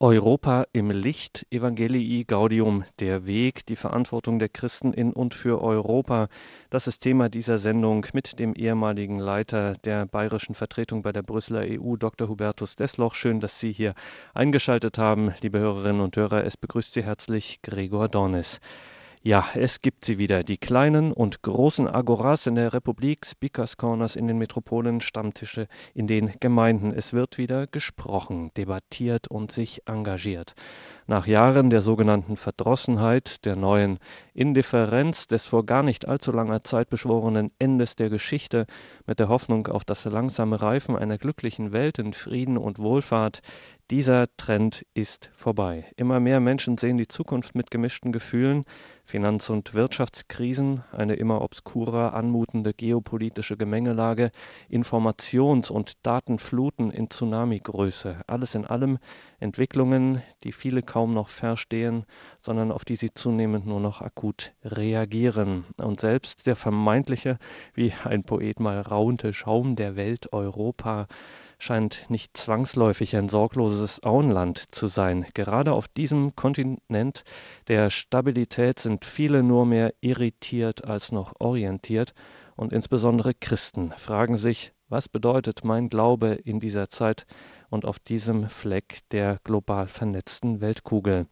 Europa im Licht, Evangelii Gaudium, der Weg, die Verantwortung der Christen in und für Europa. Das ist Thema dieser Sendung mit dem ehemaligen Leiter der bayerischen Vertretung bei der Brüsseler EU, Dr. Hubertus Desloch. Schön, dass Sie hier eingeschaltet haben, liebe Hörerinnen und Hörer. Es begrüßt Sie herzlich Gregor Dornis. Ja, es gibt sie wieder, die kleinen und großen Agoras in der Republik, Speakers Corners in den Metropolen, Stammtische in den Gemeinden. Es wird wieder gesprochen, debattiert und sich engagiert. Nach Jahren der sogenannten Verdrossenheit, der neuen Indifferenz, des vor gar nicht allzu langer Zeit beschworenen Endes der Geschichte, mit der Hoffnung auf das langsame Reifen einer glücklichen Welt in Frieden und Wohlfahrt, dieser Trend ist vorbei. Immer mehr Menschen sehen die Zukunft mit gemischten Gefühlen. Finanz- und Wirtschaftskrisen, eine immer obskurer anmutende geopolitische Gemengelage, Informations- und Datenfluten in Tsunami-Größe. Alles in allem Entwicklungen, die viele kaum noch verstehen, sondern auf die sie zunehmend nur noch akut reagieren. Und selbst der vermeintliche, wie ein Poet mal raunte, Schaum der Welt Europa scheint nicht zwangsläufig ein sorgloses Auenland zu sein. Gerade auf diesem Kontinent der Stabilität sind viele nur mehr irritiert als noch orientiert, und insbesondere Christen fragen sich, was bedeutet mein Glaube in dieser Zeit und auf diesem Fleck der global vernetzten Weltkugel?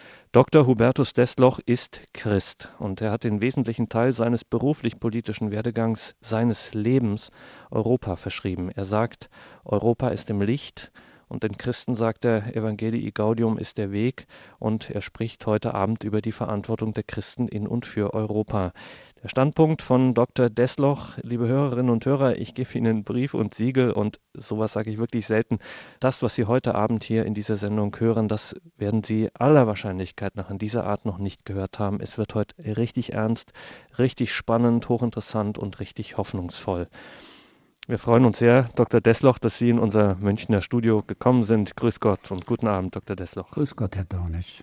Dr. Hubertus Desloch ist Christ und er hat den wesentlichen Teil seines beruflich-politischen Werdegangs, seines Lebens Europa verschrieben. Er sagt, Europa ist im Licht, und den Christen sagt er, Evangelii Gaudium ist der Weg, und er spricht heute Abend über die Verantwortung der Christen in und für Europa. Der Standpunkt von Dr. Desloch, liebe Hörerinnen und Hörer, ich gebe Ihnen Brief und Siegel, und sowas sage ich wirklich selten. Das, was Sie heute Abend hier in dieser Sendung hören, das werden Sie aller Wahrscheinlichkeit nach in dieser Art noch nicht gehört haben. Es wird heute richtig ernst, richtig spannend, hochinteressant und richtig hoffnungsvoll. Wir freuen uns sehr, Dr. Desloch, dass Sie in unser Münchner Studio gekommen sind. Grüß Gott und guten Abend, Dr. Desloch. Grüß Gott, Herr Dornisch.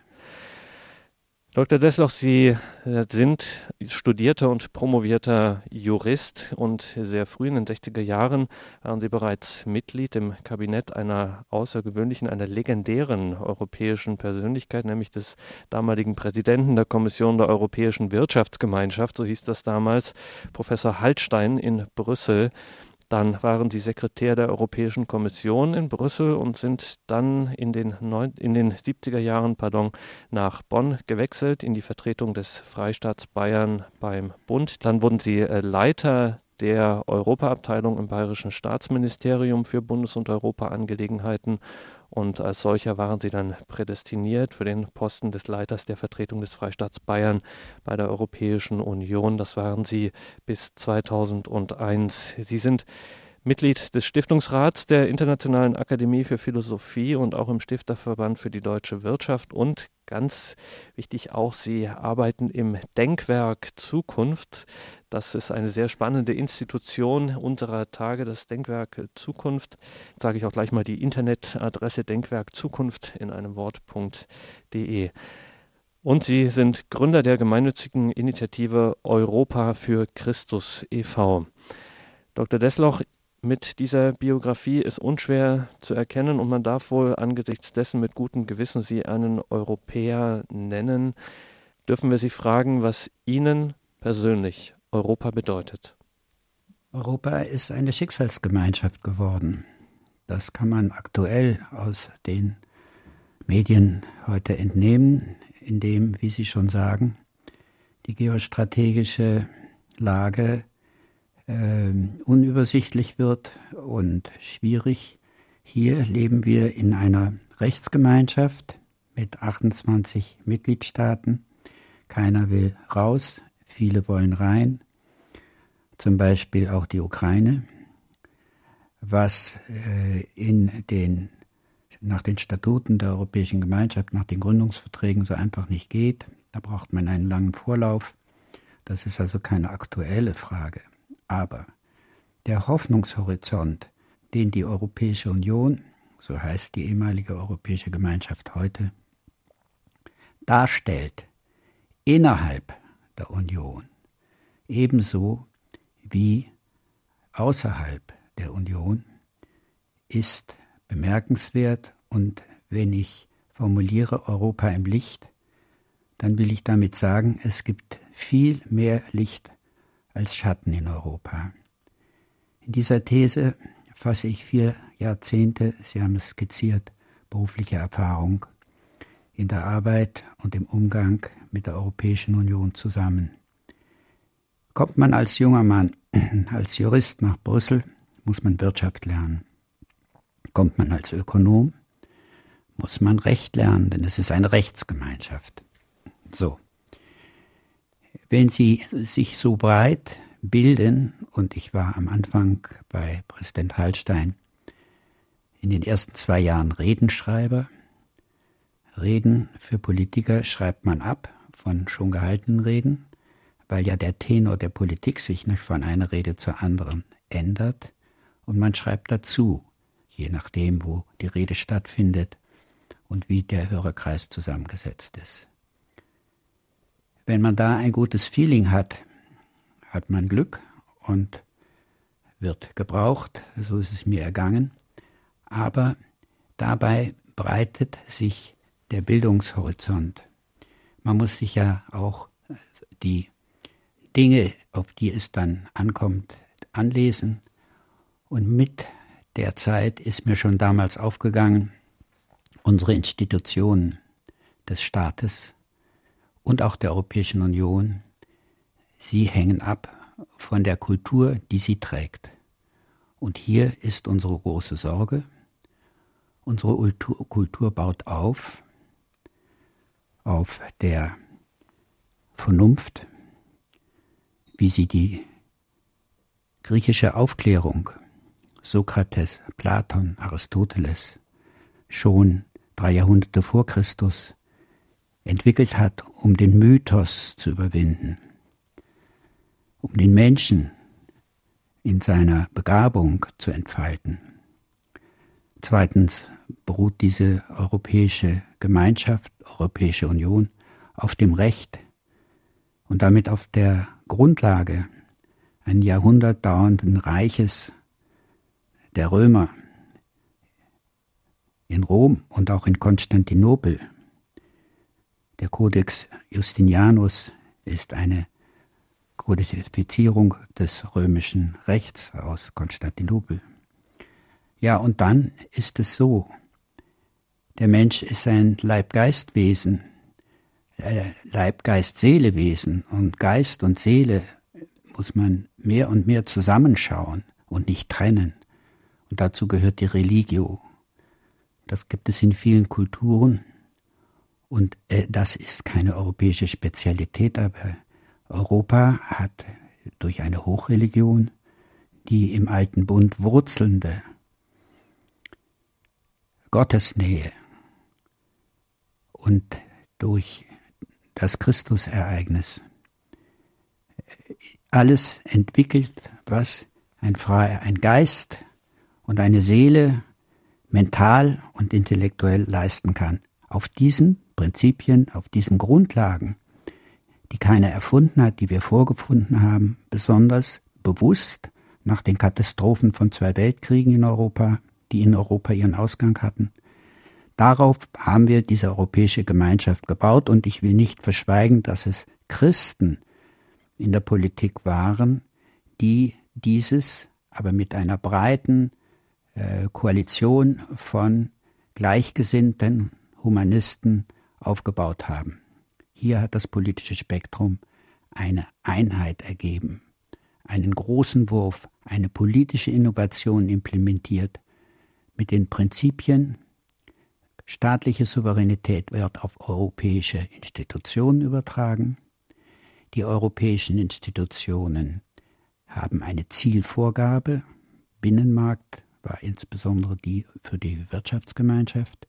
Dr. Desloch, Sie sind studierter und promovierter Jurist, und sehr früh in den 60er Jahren waren Sie bereits Mitglied im Kabinett einer außergewöhnlichen, einer legendären europäischen Persönlichkeit, nämlich des damaligen Präsidenten der Kommission der Europäischen Wirtschaftsgemeinschaft, so hieß das damals, Professor Hallstein in Brüssel. Dann waren Sie Sekretär der Europäischen Kommission in Brüssel und sind dann in den 70er Jahren nach Bonn gewechselt in die Vertretung des Freistaats Bayern beim Bund. Dann wurden Sie Leiter der Europaabteilung im Bayerischen Staatsministerium für Bundes- und Europaangelegenheiten, und als solcher waren Sie dann prädestiniert für den Posten des Leiters der Vertretung des Freistaats Bayern bei der Europäischen Union. Das waren Sie bis 2001. Sie sind Mitglied des Stiftungsrats der Internationalen Akademie für Philosophie und auch im Stifterverband für die deutsche Wirtschaft, und ganz wichtig auch, Sie arbeiten im Denkwerk Zukunft. Das ist eine sehr spannende Institution unserer Tage, das Denkwerk Zukunft. Jetzt sage ich auch gleich mal die Internetadresse denkwerkzukunft in einem Wort.de. Und Sie sind Gründer der gemeinnützigen Initiative Europa für Christus e.V. Dr. Desloch, mit dieser Biografie ist unschwer zu erkennen, und man darf wohl angesichts dessen mit gutem Gewissen Sie einen Europäer nennen. Dürfen wir Sie fragen, was Ihnen persönlich Europa bedeutet? Europa ist eine Schicksalsgemeinschaft geworden. Das kann man aktuell aus den Medien heute entnehmen, indem, wie Sie schon sagen, die geostrategische Lage unübersichtlich wird und schwierig. Hier leben wir in einer Rechtsgemeinschaft mit 28 Mitgliedstaaten. Keiner will raus, viele wollen rein, zum Beispiel auch die Ukraine, was nach den Statuten der Europäischen Gemeinschaft, nach den Gründungsverträgen so einfach nicht geht. Da braucht man einen langen Vorlauf. Das ist also keine aktuelle Frage. Aber der Hoffnungshorizont, den die Europäische Union, so heißt die ehemalige Europäische Gemeinschaft heute, darstellt, innerhalb der Union, ebenso wie außerhalb der Union, ist bemerkenswert und, wenn ich formuliere Europa im Licht, dann will ich damit sagen, es gibt viel mehr Licht als Schatten in Europa. In dieser These fasse ich 4 Jahrzehnte, Sie haben es skizziert, berufliche Erfahrung in der Arbeit und im Umgang mit der Europäischen Union zusammen. Kommt man als junger Mann, als Jurist nach Brüssel, muss man Wirtschaft lernen. Kommt man als Ökonom, muss man Recht lernen, denn es ist eine Rechtsgemeinschaft. So. Wenn Sie sich so breit bilden, und ich war am Anfang bei Präsident Hallstein in den ersten 2 Jahren Redenschreiber. Reden für Politiker schreibt man ab von schon gehaltenen Reden, weil ja der Tenor der Politik sich nicht von einer Rede zur anderen ändert, und man schreibt dazu, je nachdem, wo die Rede stattfindet und wie der Hörerkreis zusammengesetzt ist. Wenn man da ein gutes Feeling hat, hat man Glück und wird gebraucht, so ist es mir ergangen, aber dabei breitet sich der Bildungshorizont. Man muss sich ja auch die Dinge, auf die es dann ankommt, anlesen, und mit der Zeit ist mir schon damals aufgegangen, unsere Institutionen des Staates und auch der Europäischen Union, sie hängen ab von der Kultur, die sie trägt. Und hier ist unsere große Sorge. Unsere Kultur baut auf der Vernunft, wie sie die griechische Aufklärung, Sokrates, Platon, Aristoteles, schon 3 Jahrhunderte vor Christus entwickelt hat, um den Mythos zu überwinden, um den Menschen in seiner Begabung zu entfalten. Zweitens beruht diese europäische Gemeinschaft, Europäische Union, auf dem Recht und damit auf der Grundlage ein Jahrhundert dauernden Reiches der Römer in Rom und auch in Konstantinopel. Der Codex Justinianus ist eine Kodifizierung des römischen Rechts aus Konstantinopel. Ja, und dann ist es so, der Mensch ist ein Leib-Geist-Wesen, Leib-Geist-Seele-Wesen, und Geist und Seele muss man mehr und mehr zusammenschauen und nicht trennen. Und dazu gehört die Religio. Das gibt es in vielen Kulturen, und das ist keine europäische Spezialität, aber Europa hat durch eine Hochreligion die im Alten Bund wurzelnde Gottesnähe und durch das Christusereignis alles entwickelt, was ein Geist und eine Seele mental und intellektuell leisten kann. Auf diesen Prinzipien, auf diesen Grundlagen, die keiner erfunden hat, die wir vorgefunden haben, besonders bewusst nach den Katastrophen von 2 Weltkriegen in Europa, die in Europa ihren Ausgang hatten. Darauf haben wir diese europäische Gemeinschaft gebaut, und ich will nicht verschweigen, dass es Christen in der Politik waren, die dieses aber mit einer breiten Koalition von gleichgesinnten Humanisten aufgebaut haben. Hier hat das politische Spektrum eine Einheit ergeben, einen großen Wurf, eine politische Innovation implementiert mit den Prinzipien: staatliche Souveränität wird auf europäische Institutionen übertragen. Die europäischen Institutionen haben eine Zielvorgabe. Binnenmarkt war insbesondere die für die Wirtschaftsgemeinschaft.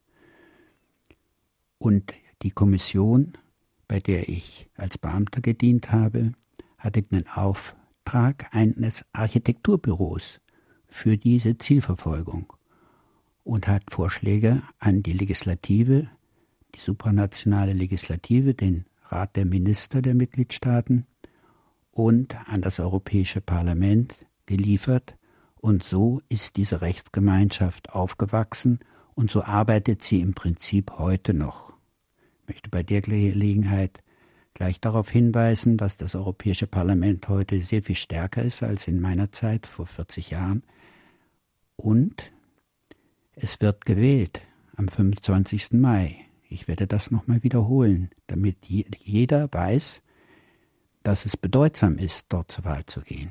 Und die Kommission, bei der ich als Beamter gedient habe, hatte den Auftrag eines Architekturbüros für diese Zielverfolgung und hat Vorschläge an die Legislative, die supranationale Legislative, den Rat der Minister der Mitgliedstaaten und an das Europäische Parlament geliefert. Und so ist diese Rechtsgemeinschaft aufgewachsen Und so arbeitet sie im Prinzip heute noch. Ich möchte bei der Gelegenheit gleich darauf hinweisen, dass das Europäische Parlament heute sehr viel stärker ist als in meiner Zeit vor 40 Jahren. Und es wird gewählt am 25. Mai. Ich werde das nochmal wiederholen, damit jeder weiß, dass es bedeutsam ist, dort zur Wahl zu gehen.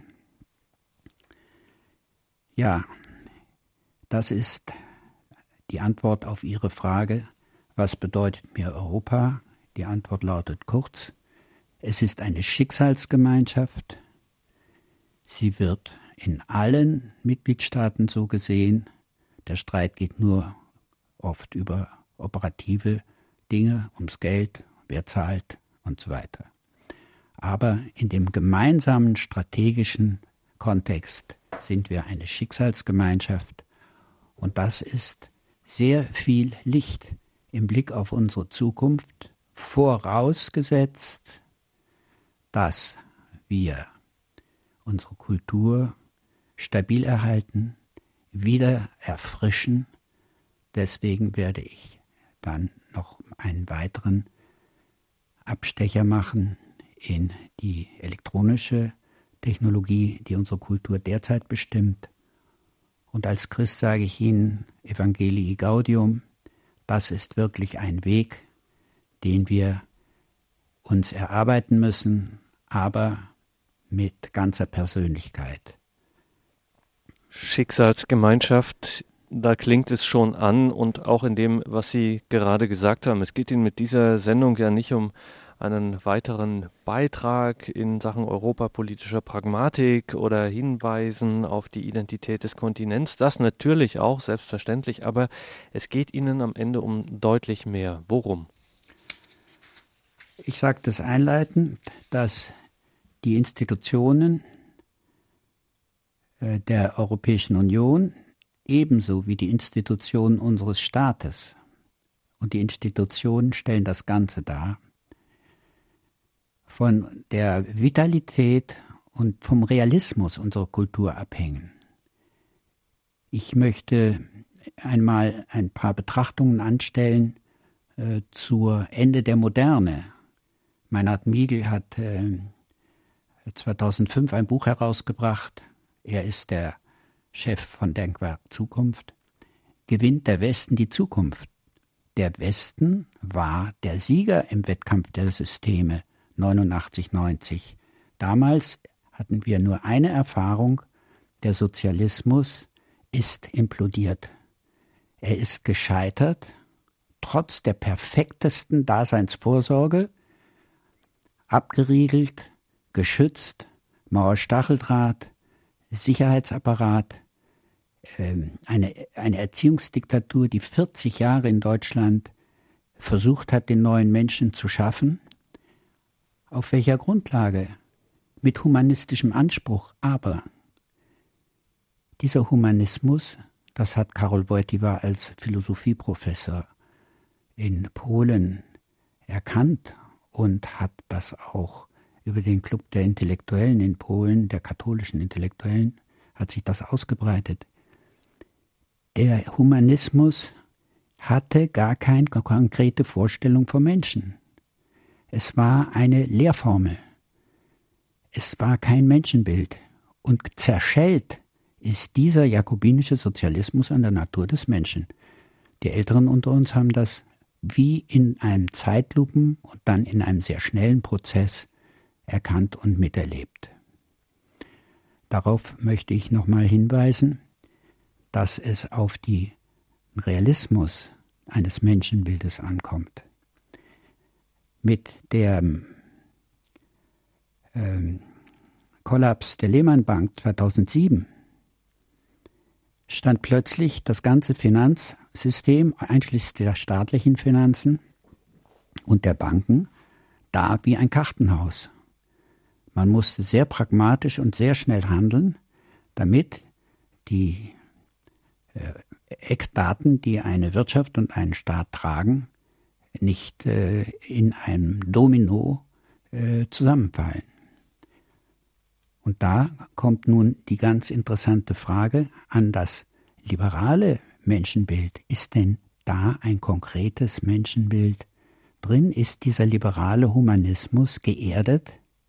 Ja, das ist die Antwort auf Ihre Frage, was bedeutet mir Europa? Die Antwort lautet kurz, es ist eine Schicksalsgemeinschaft. Sie wird in allen Mitgliedstaaten so gesehen. Der Streit geht nur oft über operative Dinge, ums Geld, wer zahlt und so weiter. Aber in dem gemeinsamen strategischen Kontext sind wir eine Schicksalsgemeinschaft und das ist sehr viel Licht im Blick auf unsere Zukunft, vorausgesetzt, dass wir unsere Kultur stabil erhalten, wieder erfrischen. Deswegen werde ich dann noch einen weiteren Abstecher machen in die elektronische Technologie, die unsere Kultur derzeit bestimmt. Und als Christ sage ich Ihnen, Evangelii Gaudium, das ist wirklich ein Weg, den wir uns erarbeiten müssen, aber mit ganzer Persönlichkeit. Schicksalsgemeinschaft, da klingt es schon an und auch in dem, was Sie gerade gesagt haben. Es geht Ihnen mit dieser Sendung ja nicht um einen weiteren Beitrag in Sachen europapolitischer Pragmatik oder Hinweisen auf die Identität des Kontinents. Das natürlich auch, selbstverständlich, aber es geht Ihnen am Ende um deutlich mehr. Worum? Ich sage das einleitend, dass die Institutionen der Europäischen Union ebenso wie die Institutionen unseres Staates, und die Institutionen stellen das Ganze dar, von der Vitalität und vom Realismus unserer Kultur abhängen. Ich möchte einmal ein paar Betrachtungen anstellen zur Ende der Moderne. Meinhard Miegel hat 2005 ein Buch herausgebracht. Er ist der Chef von Denkwerk Zukunft. Gewinnt der Westen die Zukunft? Der Westen war der Sieger im Wettkampf der Systeme 89, 90. Damals hatten wir nur eine Erfahrung, der Sozialismus ist implodiert. Er ist gescheitert, trotz der perfektesten Daseinsvorsorge, abgeriegelt, geschützt, Mauerstacheldraht, Sicherheitsapparat, eine Erziehungsdiktatur, die 40 Jahre in Deutschland versucht hat, den neuen Menschen zu schaffen. Auf welcher Grundlage? Mit humanistischem Anspruch. Aber dieser Humanismus, das hat Karol Wojtyła als Philosophieprofessor in Polen erkannt und hat das auch über den Club der Intellektuellen in Polen, der katholischen Intellektuellen, hat sich das ausgebreitet. Der Humanismus hatte gar keine konkrete Vorstellung vom Menschen. Es war eine Lehrformel. Es war kein Menschenbild. Und zerschellt ist dieser jakobinische Sozialismus an der Natur des Menschen. Die Älteren unter uns haben das wie in einem Zeitlupen und dann in einem sehr schnellen Prozess erkannt und miterlebt. Darauf möchte ich nochmal hinweisen, dass es auf den Realismus eines Menschenbildes ankommt. Mit dem Kollaps der Lehman Bank 2007 stand plötzlich das ganze Finanzsystem, einschließlich der staatlichen Finanzen und der Banken, da wie ein Kartenhaus. Man musste sehr pragmatisch und sehr schnell handeln, damit die Eckdaten, die eine Wirtschaft und einen Staat tragen, nicht in einem Domino zusammenfallen. Und da kommt nun die ganz interessante Frage an das liberale Menschenbild? Ist denn da ein konkretes Menschenbild drin? Ist dieser liberale Humanismus geerdet?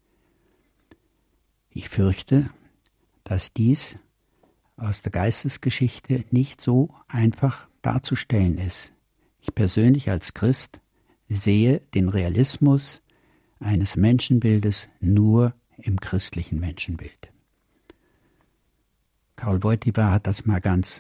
Ich fürchte, dass dies aus der Geistesgeschichte nicht so einfach darzustellen ist. Ich persönlich als Christ sehe den Realismus eines Menschenbildes nur im christlichen Menschenbild. Karl Wojtyła hat das mal ganz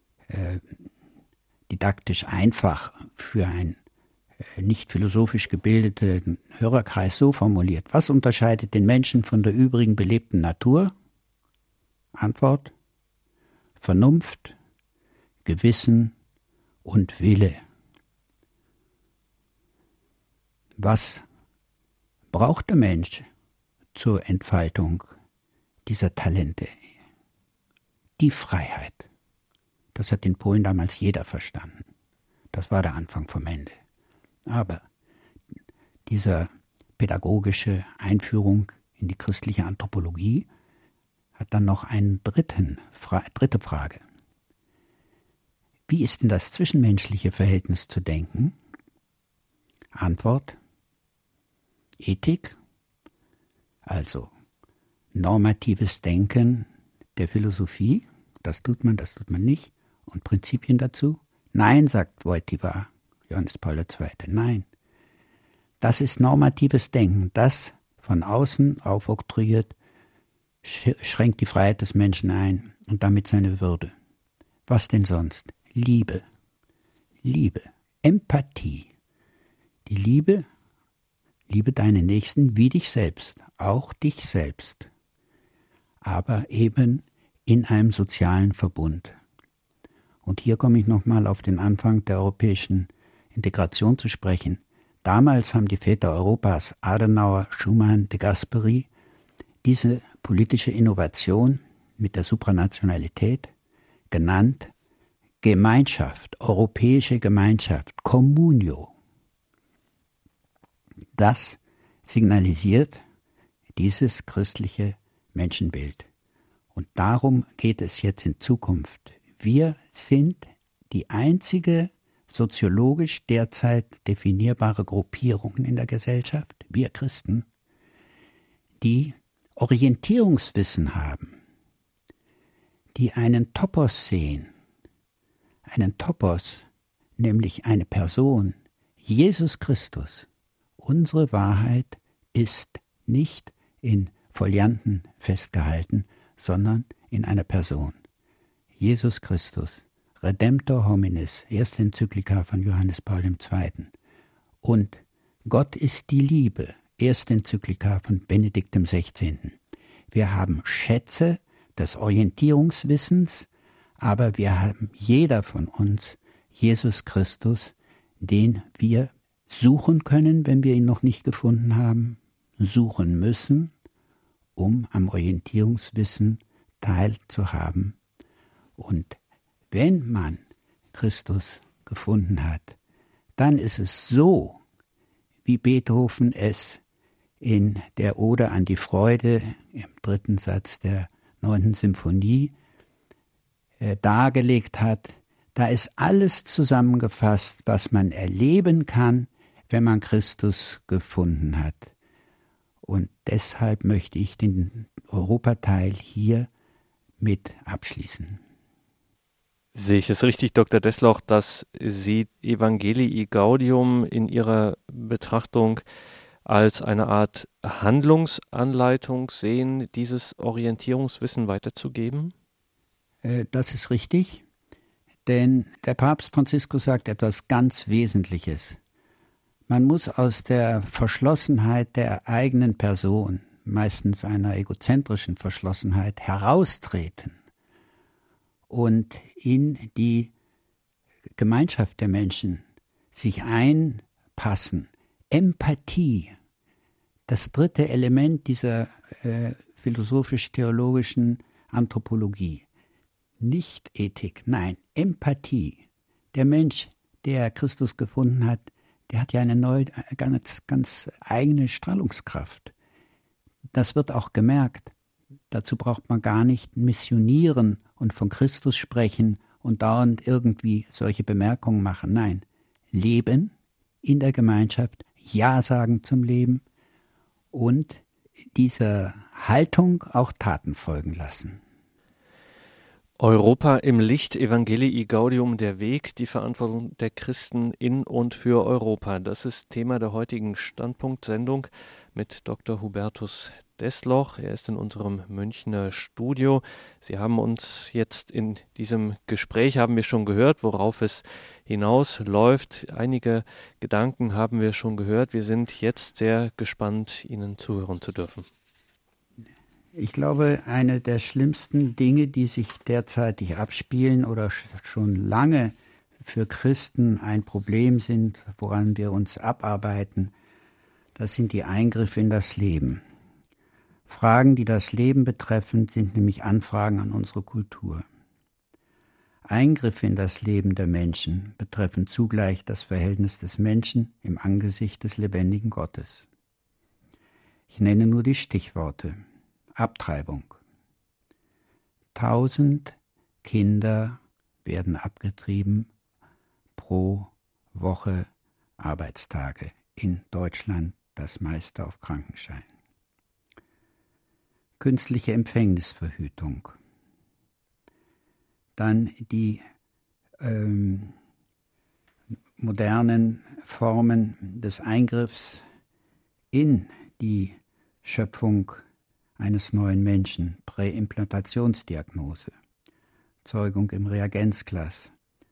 didaktisch einfach für einen nicht philosophisch gebildeten Hörerkreis so formuliert. Was unterscheidet den Menschen von der übrigen belebten Natur? Antwort: Vernunft, Gewissen und Wille. Was braucht der Mensch zur Entfaltung dieser Talente? Die Freiheit. Das hat in Polen damals jeder verstanden. Das war der Anfang vom Ende. Aber diese pädagogische Einführung in die christliche Anthropologie hat dann noch eine dritte Frage. Wie ist denn das zwischenmenschliche Verhältnis zu denken? Antwort: Ethik, also normatives Denken der Philosophie, das tut man nicht, und Prinzipien dazu? Nein, sagt Wojtyła, Johannes Paul II., nein. Das ist normatives Denken, das von außen aufoktroyiert, schränkt die Freiheit des Menschen ein und damit seine Würde. Was denn sonst? Liebe, Empathie. Die Liebe, liebe deinen Nächsten wie dich selbst, auch dich selbst, aber eben in einem sozialen Verbund. Und hier komme ich nochmal auf den Anfang der europäischen Integration zu sprechen. Damals haben die Väter Europas, Adenauer, Schuman, de Gasperi, diese politische Innovation mit der Supranationalität genannt Gemeinschaft, europäische Gemeinschaft, Communio. Das signalisiert dieses christliche Menschenbild. Und darum geht es jetzt in Zukunft. Wir sind die einzige soziologisch derzeit definierbare Gruppierung in der Gesellschaft, wir Christen, die Orientierungswissen haben, die einen Topos sehen, nämlich eine Person, Jesus Christus. Unsere Wahrheit ist nicht in Folianten festgehalten, sondern in einer Person. Jesus Christus, Redemptor hominis, erste Enzyklika von Johannes Paul II. Und Gott ist die Liebe, erste Enzyklika von Benedikt XVI. Wir haben Schätze des Orientierungswissens, aber wir haben jeder von uns Jesus Christus, den wir suchen können, wenn wir ihn noch nicht gefunden haben, suchen müssen, um am Orientierungswissen teilzuhaben. Und wenn man Christus gefunden hat, dann ist es so, wie Beethoven es in der Ode an die Freude im 3. Satz der 9. Symphonie dargelegt hat. Da ist alles zusammengefasst, was man erleben kann, wenn man Christus gefunden hat. Und deshalb möchte ich den Europateil hier mit abschließen. Sehe ich es richtig, Dr. Desloch, dass Sie Evangelii Gaudium in Ihrer Betrachtung als eine Art Handlungsanleitung sehen, dieses Orientierungswissen weiterzugeben? Das ist richtig, denn der Papst Franziskus sagt etwas ganz Wesentliches. Man muss aus der Verschlossenheit der eigenen Person, meistens einer egozentrischen Verschlossenheit, heraustreten und in die Gemeinschaft der Menschen sich einpassen. Empathie, das dritte Element dieser philosophisch-theologischen Anthropologie. Nicht Ethik, nein, Empathie. Der Mensch, der Christus gefunden hat, der hat ja eine neue, ganz eigene Strahlungskraft. Das wird auch gemerkt. Dazu braucht man gar nicht missionieren und von Christus sprechen und dauernd irgendwie solche Bemerkungen machen. Nein, leben in der Gemeinschaft, Ja sagen zum Leben und dieser Haltung auch Taten folgen lassen. Europa im Licht, Evangelii Gaudium, der Weg, die Verantwortung der Christen in und für Europa. Das ist Thema der heutigen Standpunkt-Sendung mit Dr. Hubertus Desloch. Er ist in unserem Münchner Studio. Sie haben uns jetzt in diesem Gespräch, haben wir schon gehört, worauf es hinausläuft. Einige Gedanken haben wir schon gehört. Wir sind jetzt sehr gespannt, Ihnen zuhören zu dürfen. Ich glaube, eine der schlimmsten Dinge, die sich derzeitig abspielen oder schon lange für Christen ein Problem sind, woran wir uns abarbeiten, das sind die Eingriffe in das Leben. Fragen, die das Leben betreffen, sind nämlich Anfragen an unsere Kultur. Eingriffe in das Leben der Menschen betreffen zugleich das Verhältnis des Menschen im Angesicht des lebendigen Gottes. Ich nenne nur die Stichworte. Abtreibung. 1000 Kinder werden abgetrieben pro Woche Arbeitstage. In Deutschland das meiste auf Krankenschein. Künstliche Empfängnisverhütung. Dann die modernen Formen des Eingriffs in die Schöpfung eines neuen Menschen, Präimplantationsdiagnose, Zeugung im Reagenzglas.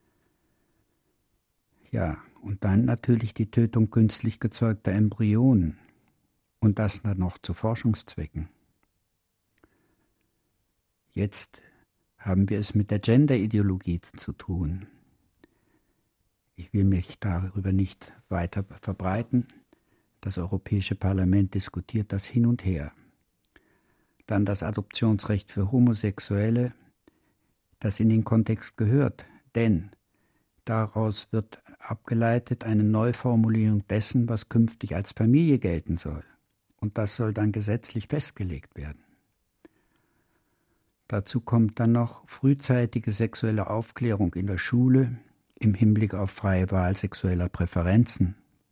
Ja, und dann natürlich die Tötung künstlich gezeugter Embryonen und das dann noch zu Forschungszwecken. Jetzt haben wir es mit der Gender-Ideologie zu tun. Ich will mich darüber nicht weiter verbreiten. Das Europäische Parlament diskutiert das hin und her. Dann das Adoptionsrecht für Homosexuelle, das in den Kontext gehört. Denn daraus wird abgeleitet eine Neuformulierung dessen, was künftig als Familie gelten soll. Und das soll dann gesetzlich festgelegt werden. Dazu kommt dann noch frühzeitige sexuelle Aufklärung in der Schule im Hinblick auf freie Wahl sexueller Präferenzen.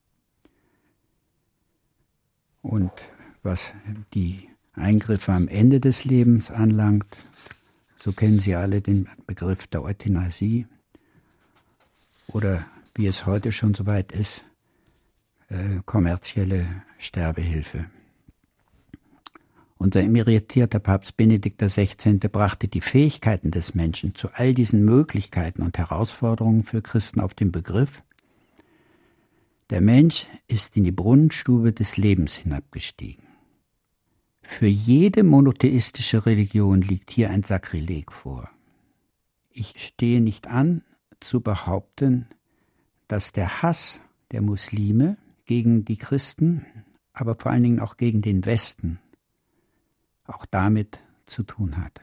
Und was die Eingriffe am Ende des Lebens anlangt, so kennen Sie alle den Begriff der Euthanasie oder wie es heute schon soweit ist, kommerzielle Sterbehilfe. Unser emeritierter Papst Benedikt XVI. Brachte die Fähigkeiten des Menschen zu all diesen Möglichkeiten und Herausforderungen für Christen auf den Begriff: Der Mensch ist in die Brunnenstube des Lebens hinabgestiegen. Für jede monotheistische Religion liegt hier ein Sakrileg vor. Ich stehe nicht an, zu behaupten, dass der Hass der Muslime gegen die Christen, aber vor allen Dingen auch gegen den Westen, auch damit zu tun hat.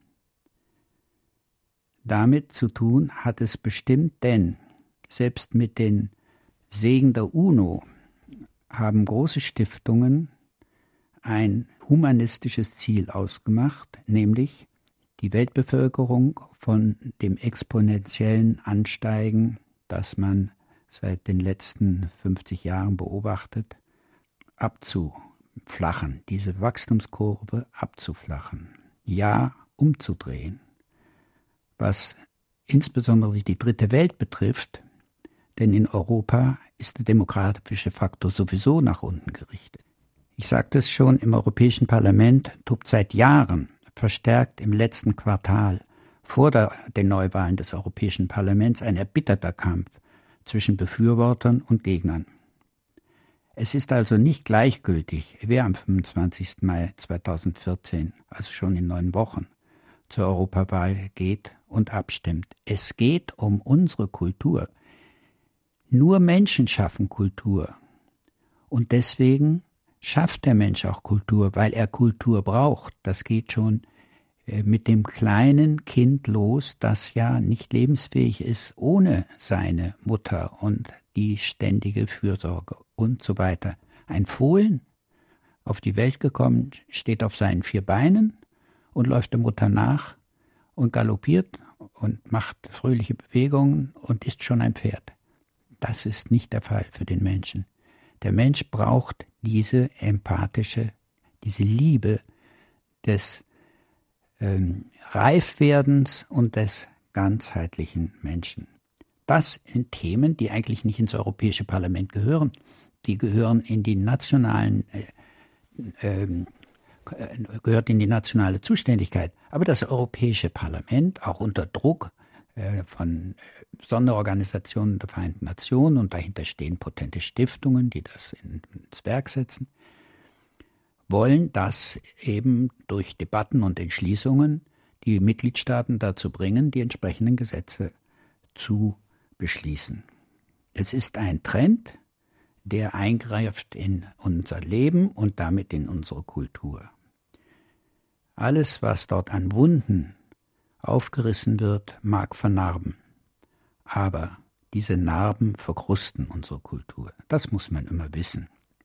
Damit zu tun hat es bestimmt, denn selbst mit den Segen der UNO haben große Stiftungen ein humanistisches Ziel ausgemacht, nämlich die Weltbevölkerung von dem exponentiellen Ansteigen, das man seit den letzten 50 Jahren beobachtet, abzuflachen, diese Wachstumskurve abzuflachen, ja umzudrehen, was insbesondere die dritte Welt betrifft, denn in Europa ist der demografische Faktor sowieso nach unten gerichtet. Ich sagte es schon, im Europäischen Parlament tobt seit Jahren, verstärkt im letzten Quartal, vor den Neuwahlen des Europäischen Parlaments, ein erbitterter Kampf zwischen Befürwortern und Gegnern. Es ist also nicht gleichgültig, wer am 25. Mai 2014, also schon in 9 Wochen, zur Europawahl geht und abstimmt. Es geht um unsere Kultur. Nur Menschen schaffen Kultur. Und deswegen schafft der Mensch auch Kultur, weil er Kultur braucht. Das geht schon mit dem kleinen Kind los, das ja nicht lebensfähig ist ohne seine Mutter und die ständige Fürsorge und so weiter. Ein Fohlen, auf die Welt gekommen, steht auf seinen 4 Beinen und läuft der Mutter nach und galoppiert und macht fröhliche Bewegungen und ist schon ein Pferd. Das ist nicht der Fall für den Menschen. Der Mensch braucht diese empathische, diese Liebe des Reifwerdens und des ganzheitlichen Menschen. Das in Themen, die eigentlich nicht ins Europäische Parlament gehören. Die gehören in die gehört in die nationale Zuständigkeit. Aber das Europäische Parlament, auch unter Druck von Sonderorganisationen der Vereinten Nationen, und dahinter stehen potente Stiftungen, die das ins Werk setzen, wollen das eben durch Debatten und Entschließungen die Mitgliedstaaten dazu bringen, die entsprechenden Gesetze zu beschließen. Es ist ein Trend, der eingreift in unser Leben und damit in unsere Kultur. Alles, was dort an Wunden aufgerissen wird, mag vernarben. Aber diese Narben verkrusten unsere Kultur. Das muss man immer wissen.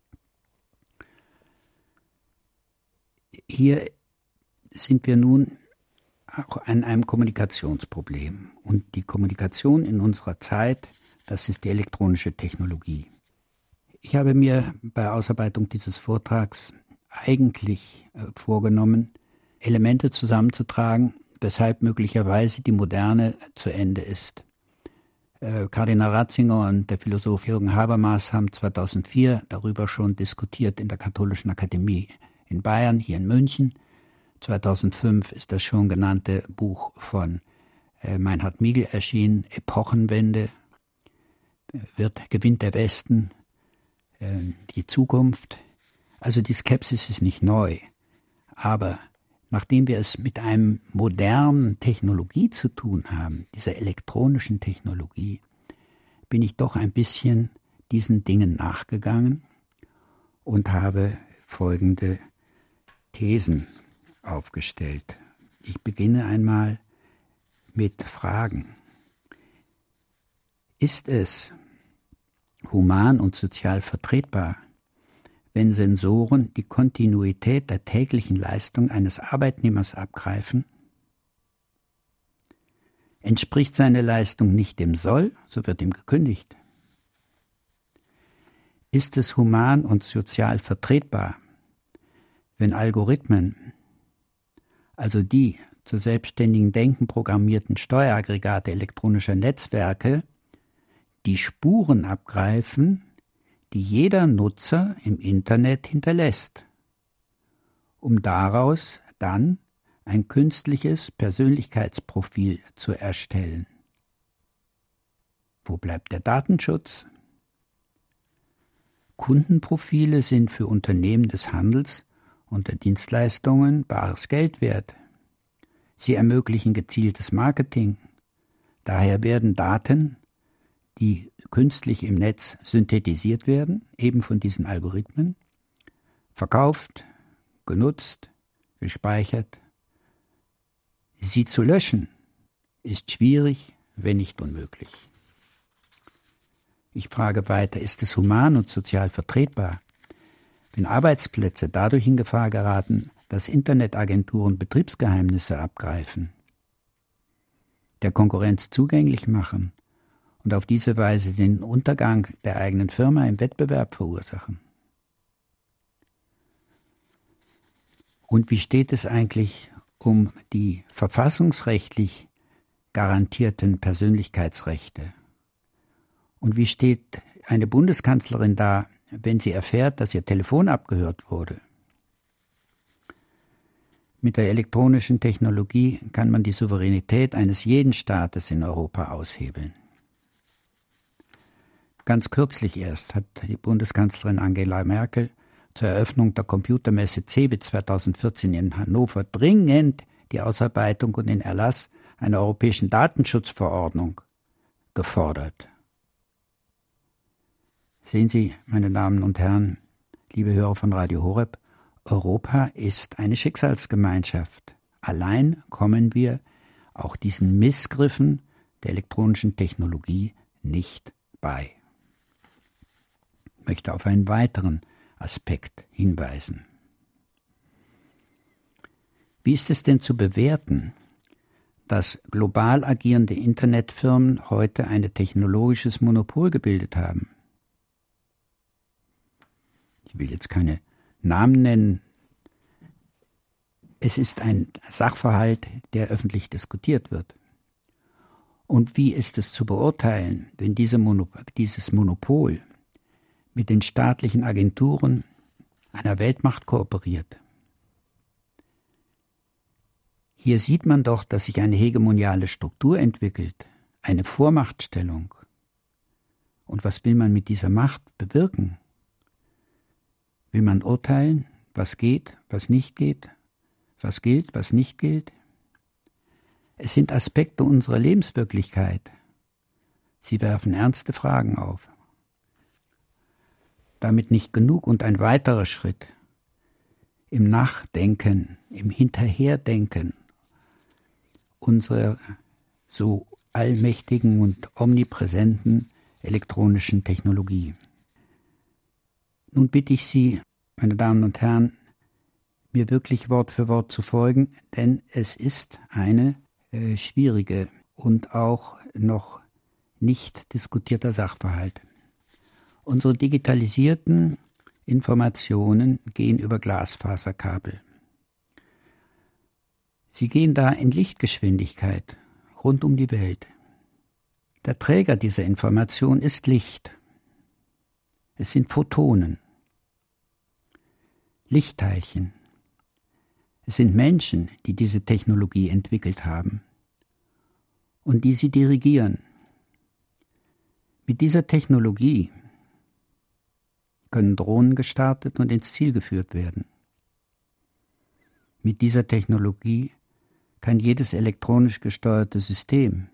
Hier sind wir nun auch an einem Kommunikationsproblem. Und die Kommunikation in unserer Zeit, das ist die elektronische Technologie. Ich habe mir bei Ausarbeitung dieses Vortrags eigentlich vorgenommen, Elemente zusammenzutragen, weshalb möglicherweise die Moderne zu Ende ist. Kardinal Ratzinger und der Philosoph Jürgen Habermas haben 2004 darüber schon diskutiert in der Katholischen Akademie in Bayern, hier in München. 2005 ist das schon genannte Buch von Meinhard Miegel erschienen, Epochenwende, gewinnt der Westen die Zukunft. Also die Skepsis ist nicht neu, aber nachdem wir es mit einem modernen Technologie zu tun haben, dieser elektronischen Technologie, bin ich doch ein bisschen diesen Dingen nachgegangen und habe folgende Thesen aufgestellt. Ich beginne einmal mit Fragen. Ist es human und sozial vertretbar, wenn Sensoren die Kontinuität der täglichen Leistung eines Arbeitnehmers abgreifen? Entspricht seine Leistung nicht dem Soll, so wird ihm gekündigt. Ist es human und sozial vertretbar, wenn Algorithmen, also die zur selbstständigen Denken programmierten Steueraggregate elektronischer Netzwerke, die Spuren abgreifen, die jeder Nutzer im Internet hinterlässt, um daraus dann ein künstliches Persönlichkeitsprofil zu erstellen? Wo bleibt der Datenschutz? Kundenprofile sind für Unternehmen des Handels und der Dienstleistungen bares Geld wert. Sie ermöglichen gezieltes Marketing. Daher werden Daten, die künstlich im Netz synthetisiert werden, eben von diesen Algorithmen, verkauft, genutzt, gespeichert. Sie zu löschen ist schwierig, wenn nicht unmöglich. Ich frage weiter, ist es human und sozial vertretbar, wenn Arbeitsplätze dadurch in Gefahr geraten, dass Internetagenturen Betriebsgeheimnisse abgreifen, der Konkurrenz zugänglich machen und auf diese Weise den Untergang der eigenen Firma im Wettbewerb verursachen? Und wie steht es eigentlich um die verfassungsrechtlich garantierten Persönlichkeitsrechte? Und wie steht eine Bundeskanzlerin da, wenn sie erfährt, dass ihr Telefon abgehört wurde? Mit der elektronischen Technologie kann man die Souveränität eines jeden Staates in Europa aushebeln. Ganz kürzlich erst hat die Bundeskanzlerin Angela Merkel zur Eröffnung der Computermesse CeBIT 2014 in Hannover dringend die Ausarbeitung und den Erlass einer europäischen Datenschutzverordnung gefordert. Sehen Sie, meine Damen und Herren, liebe Hörer von Radio Horeb, Europa ist eine Schicksalsgemeinschaft. Allein kommen wir auch diesen Missgriffen der elektronischen Technologie nicht bei. Ich möchte auf einen weiteren Aspekt hinweisen. Wie ist es denn zu bewerten, dass global agierende Internetfirmen heute ein technologisches Monopol gebildet haben. Ich will jetzt keine Namen nennen. Es ist ein Sachverhalt, der öffentlich diskutiert wird. Und wie ist es zu beurteilen, wenn dieses Monopol mit den staatlichen Agenturen einer Weltmacht kooperiert? Hier sieht man doch, dass sich eine hegemoniale Struktur entwickelt, eine Vormachtstellung. Und was will man mit dieser Macht bewirken? Will man urteilen, was geht, was nicht geht, was gilt, was nicht gilt? Es sind Aspekte unserer Lebenswirklichkeit. Sie werfen ernste Fragen auf. Damit nicht genug und ein weiterer Schritt im Nachdenken, im Hinterherdenken unserer so allmächtigen und omnipräsenten elektronischen Technologie. Nun bitte ich Sie, meine Damen und Herren, mir wirklich Wort für Wort zu folgen, denn es ist eine schwierige und auch noch nicht diskutierter Sachverhalt. Unsere digitalisierten Informationen gehen über Glasfaserkabel. Sie gehen da in Lichtgeschwindigkeit rund um die Welt. Der Träger dieser Information ist Licht. Es sind Photonen, Lichtteilchen. Es sind Menschen, die diese Technologie entwickelt haben und die sie dirigieren. Mit dieser Technologie können Drohnen gestartet und ins Ziel geführt werden. Mit dieser Technologie kann jedes elektronisch gesteuerte System,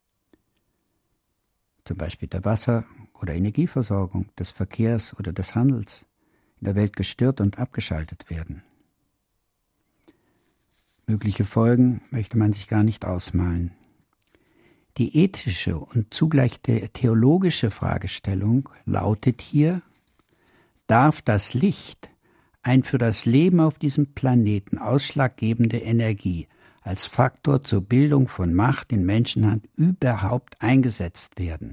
zum Beispiel der Wasser- oder Energieversorgung, des Verkehrs oder des Handels, in der Welt gestört und abgeschaltet werden. Mögliche Folgen möchte man sich gar nicht ausmalen. Die ethische und zugleich theologische Fragestellung lautet hier: Darf das Licht, ein für das Leben auf diesem Planeten ausschlaggebende Energie, als Faktor zur Bildung von Macht in Menschenhand überhaupt eingesetzt werden?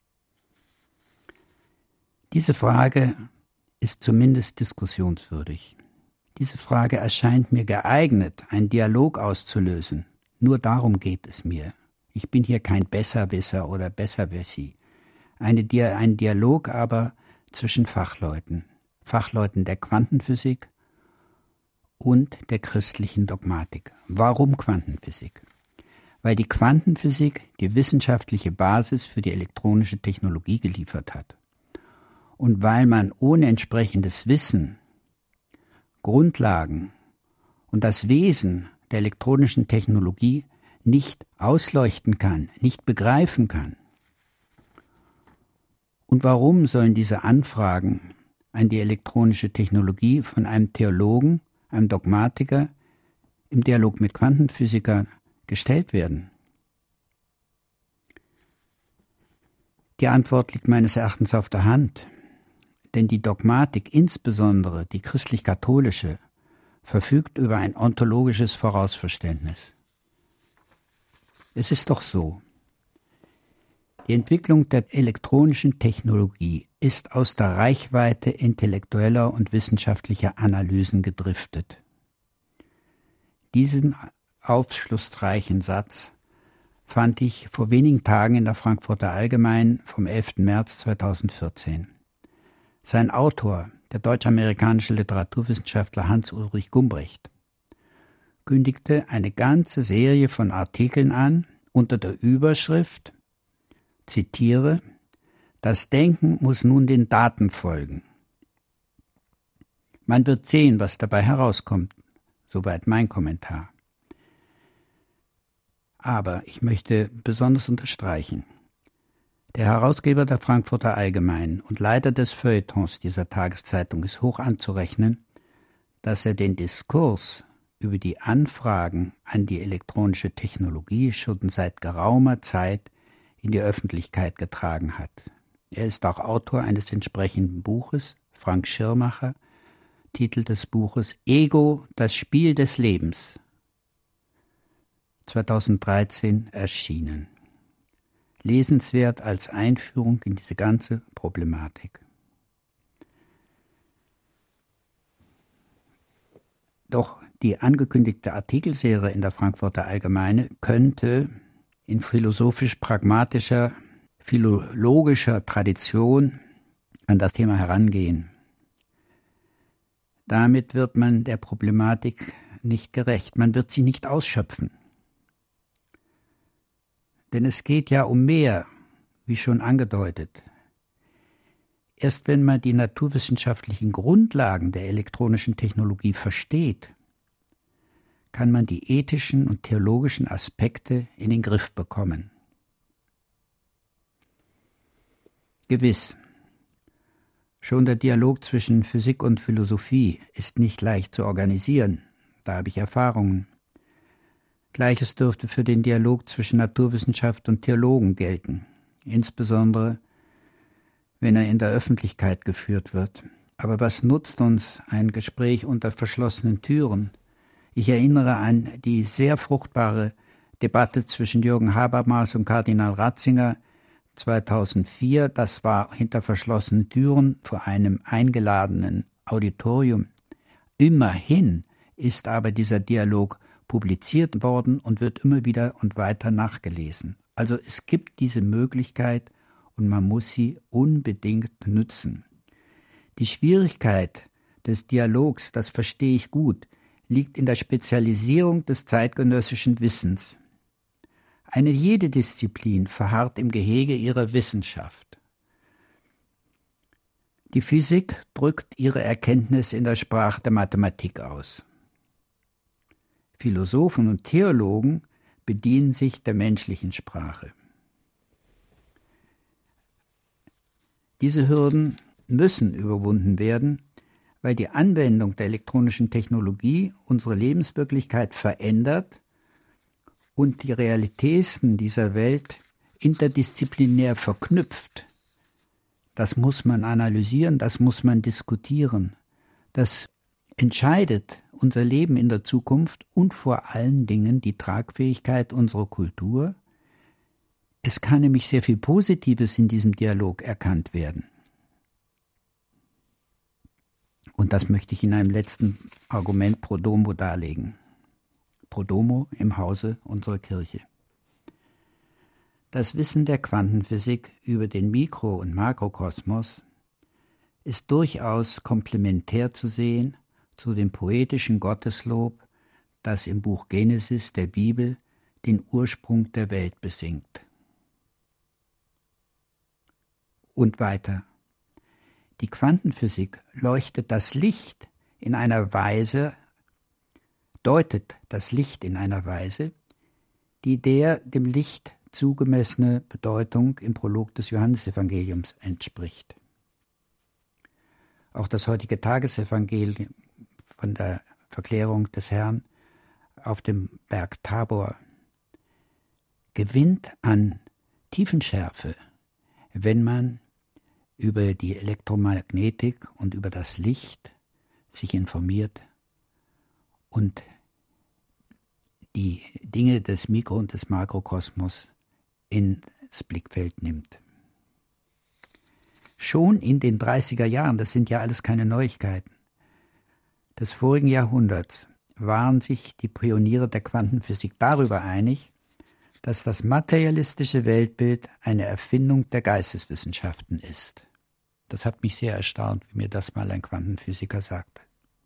Diese Frage ist zumindest diskussionswürdig. Diese Frage erscheint mir geeignet, einen Dialog auszulösen. Nur darum geht es mir. Ich bin hier kein Besserwisser oder Besserwissi. Ein Dialog aber zwischen Fachleuten der Quantenphysik und der christlichen Dogmatik. Warum Quantenphysik? Weil die Quantenphysik die wissenschaftliche Basis für die elektronische Technologie geliefert hat. Und weil man ohne entsprechendes Wissen, Grundlagen und das Wesen der elektronischen Technologie nicht ausleuchten kann, nicht begreifen kann. Und warum sollen diese Anfragen an die elektronische Technologie von einem Theologen, einem Dogmatiker, im Dialog mit Quantenphysikern gestellt werden? Die Antwort liegt meines Erachtens auf der Hand, denn die Dogmatik, insbesondere die christlich-katholische, verfügt über ein ontologisches Vorausverständnis. Es ist doch so: Die Entwicklung der elektronischen Technologie ist aus der Reichweite intellektueller und wissenschaftlicher Analysen gedriftet. Diesen aufschlussreichen Satz fand ich vor wenigen Tagen in der Frankfurter Allgemeinen vom 11. März 2014. Sein Autor, der deutsch-amerikanische Literaturwissenschaftler Hans-Ulrich Gumbrecht, kündigte eine ganze Serie von Artikeln an unter der Überschrift, zitiere: Das Denken muss nun den Daten folgen. Man wird sehen, was dabei herauskommt. Soweit mein Kommentar. Aber ich möchte besonders unterstreichen: Der Herausgeber der Frankfurter Allgemeinen und Leiter des Feuilletons dieser Tageszeitung ist hoch anzurechnen, dass er den Diskurs über die Anfragen an die elektronische Technologie schon seit geraumer Zeit in die Öffentlichkeit getragen hat. Er ist auch Autor eines entsprechenden Buches, Frank Schirmacher, Titel des Buches Ego, das Spiel des Lebens. 2013 erschienen. Lesenswert als Einführung in diese ganze Problematik. Doch die angekündigte Artikelserie in der Frankfurter Allgemeine könnte in philosophisch-pragmatischer, philologischer Tradition an das Thema herangehen. Damit wird man der Problematik nicht gerecht. Man wird sie nicht ausschöpfen. Denn es geht ja um mehr, wie schon angedeutet. Erst wenn man die naturwissenschaftlichen Grundlagen der elektronischen Technologie versteht, kann man die ethischen und theologischen Aspekte in den Griff bekommen. Gewiss, schon der Dialog zwischen Physik und Philosophie ist nicht leicht zu organisieren, da habe ich Erfahrungen. Gleiches dürfte für den Dialog zwischen Naturwissenschaft und Theologen gelten, insbesondere wenn er in der Öffentlichkeit geführt wird. Aber was nutzt uns ein Gespräch unter verschlossenen Türen? Ich erinnere an die sehr fruchtbare Debatte zwischen Jürgen Habermas und Kardinal Ratzinger 2004. Das war hinter verschlossenen Türen vor einem eingeladenen Auditorium. Immerhin ist aber dieser Dialog publiziert worden und wird immer wieder und weiter nachgelesen. Also es gibt diese Möglichkeit und man muss sie unbedingt nützen. Die Schwierigkeit des Dialogs, das verstehe ich gut, liegt in der Spezialisierung des zeitgenössischen Wissens. Eine jede Disziplin verharrt im Gehege ihrer Wissenschaft. Die Physik drückt ihre Erkenntnis in der Sprache der Mathematik aus. Philosophen und Theologen bedienen sich der menschlichen Sprache. Diese Hürden müssen überwunden werden, weil die Anwendung der elektronischen Technologie unsere Lebenswirklichkeit verändert und die Realitäten dieser Welt interdisziplinär verknüpft. Das muss man analysieren, das muss man diskutieren. Das entscheidet unser Leben in der Zukunft und vor allen Dingen die Tragfähigkeit unserer Kultur. Es kann nämlich sehr viel Positives in diesem Dialog erkannt werden. Und das möchte ich in einem letzten Argument pro domo darlegen. Pro domo im Hause unserer Kirche. Das Wissen der Quantenphysik über den Mikro- und Makrokosmos ist durchaus komplementär zu sehen zu dem poetischen Gotteslob, das im Buch Genesis der Bibel den Ursprung der Welt besingt. Und weiter. Die Quantenphysik leuchtet das Licht in einer Weise, deutet das Licht in einer Weise, die der dem Licht zugemessene Bedeutung im Prolog des Johannesevangeliums entspricht. Auch das heutige Tagesevangelium von der Verklärung des Herrn auf dem Berg Tabor gewinnt an Tiefenschärfe, wenn man über die Elektromagnetik und über das Licht sich informiert und die Dinge des Mikro- und des Makrokosmos ins Blickfeld nimmt. Schon in den 30er Jahren, das sind ja alles keine Neuigkeiten, des vorigen Jahrhunderts waren sich die Pioniere der Quantenphysik darüber einig, dass das materialistische Weltbild eine Erfindung der Geisteswissenschaften ist. Das hat mich sehr erstaunt, wie mir das mal ein Quantenphysiker sagte.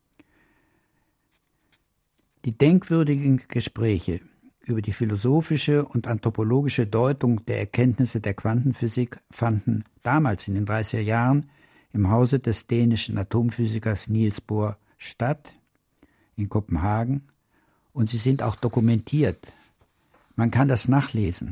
Die denkwürdigen Gespräche über die philosophische und anthropologische Deutung der Erkenntnisse der Quantenphysik fanden damals in den 30er Jahren im Hause des dänischen Atomphysikers Niels Bohr statt, in Kopenhagen, und sie sind auch dokumentiert. Man kann das nachlesen.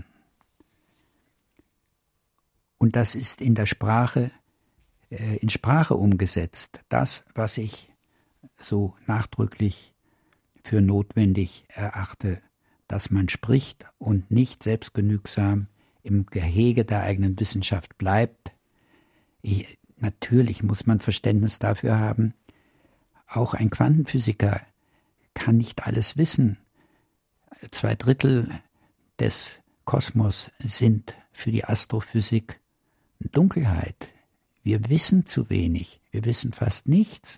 Und das ist in Sprache umgesetzt. Das, was ich so nachdrücklich für notwendig erachte, dass man spricht und nicht selbstgenügsam im Gehege der eigenen Wissenschaft bleibt. Natürlich muss man Verständnis dafür haben. Auch ein Quantenphysiker kann nicht alles wissen. 2/3 des Kosmos sind für die Astrophysik Dunkelheit. Wir wissen zu wenig, wir wissen fast nichts.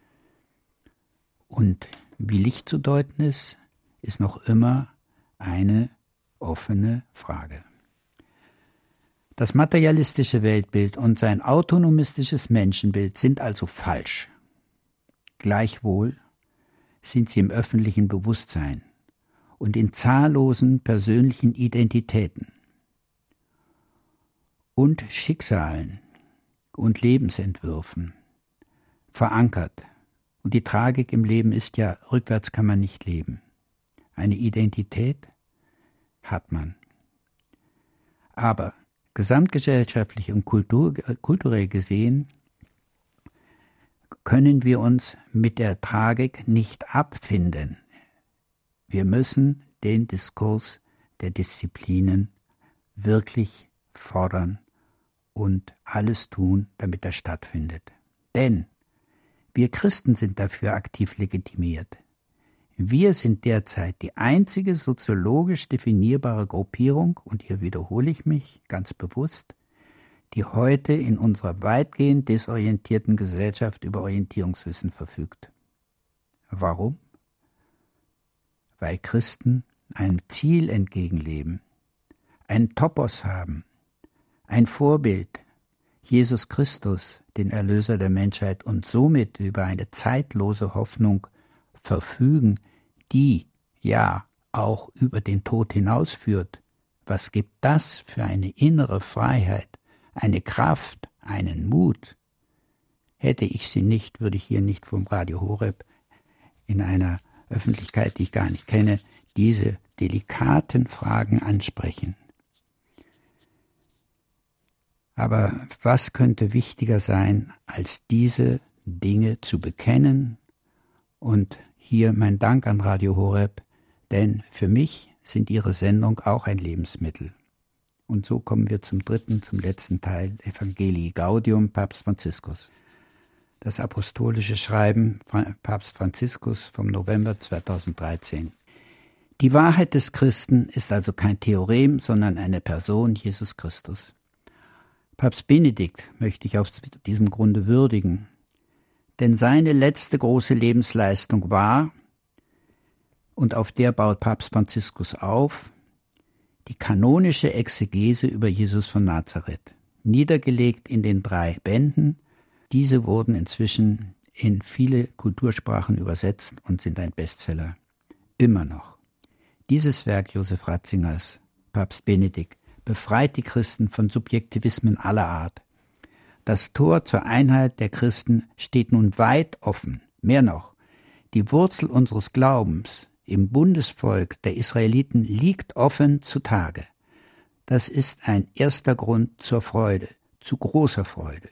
Und wie Licht zu deuten ist noch immer eine offene Frage. Das materialistische Weltbild und sein autonomistisches Menschenbild sind also falsch. Gleichwohl sind sie im öffentlichen Bewusstsein und in zahllosen persönlichen Identitäten und Schicksalen und Lebensentwürfen verankert. Und die Tragik im Leben ist ja, rückwärts kann man nicht leben. Eine Identität hat man. Aber gesamtgesellschaftlich und kulturell gesehen können wir uns mit der Tragik nicht abfinden. Wir müssen den Diskurs der Disziplinen wirklich fordern und alles tun, damit er stattfindet. Denn wir Christen sind dafür aktiv legitimiert. Wir sind derzeit die einzige soziologisch definierbare Gruppierung, und hier wiederhole ich mich ganz bewusst, die heute in unserer weitgehend desorientierten Gesellschaft über Orientierungswissen verfügt. Warum? Weil Christen einem Ziel entgegenleben, einen Topos haben, ein Vorbild, Jesus Christus, den Erlöser der Menschheit, und somit über eine zeitlose Hoffnung verfügen, die ja auch über den Tod hinausführt. Was gibt das für eine innere Freiheit, eine Kraft, einen Mut? Hätte ich sie nicht, würde ich hier nicht vom Radio Horeb in einer Öffentlichkeit, die ich gar nicht kenne, diese delikaten Fragen ansprechen. Aber was könnte wichtiger sein, als diese Dinge zu bekennen? Und hier mein Dank an Radio Horeb, denn für mich sind Ihre Sendung auch ein Lebensmittel. Und so kommen wir zum letzten Teil, Evangelii Gaudium, Papst Franziskus. Das apostolische Schreiben von Papst Franziskus vom November 2013. Die Wahrheit des Christen ist also kein Theorem, sondern eine Person, Jesus Christus. Papst Benedikt möchte ich aus diesem Grunde würdigen, denn seine letzte große Lebensleistung war, und auf der baut Papst Franziskus auf, die kanonische Exegese über Jesus von Nazareth, niedergelegt in den 3 Bänden. Diese wurden inzwischen in viele Kultursprachen übersetzt und sind ein Bestseller. Immer noch. Dieses Werk Josef Ratzingers, Papst Benedikt, befreit die Christen von Subjektivismen aller Art. Das Tor zur Einheit der Christen steht nun weit offen. Mehr noch, die Wurzel unseres Glaubens im Bundesvolk der Israeliten liegt offen zutage. Das ist ein erster Grund zur Freude, zu großer Freude.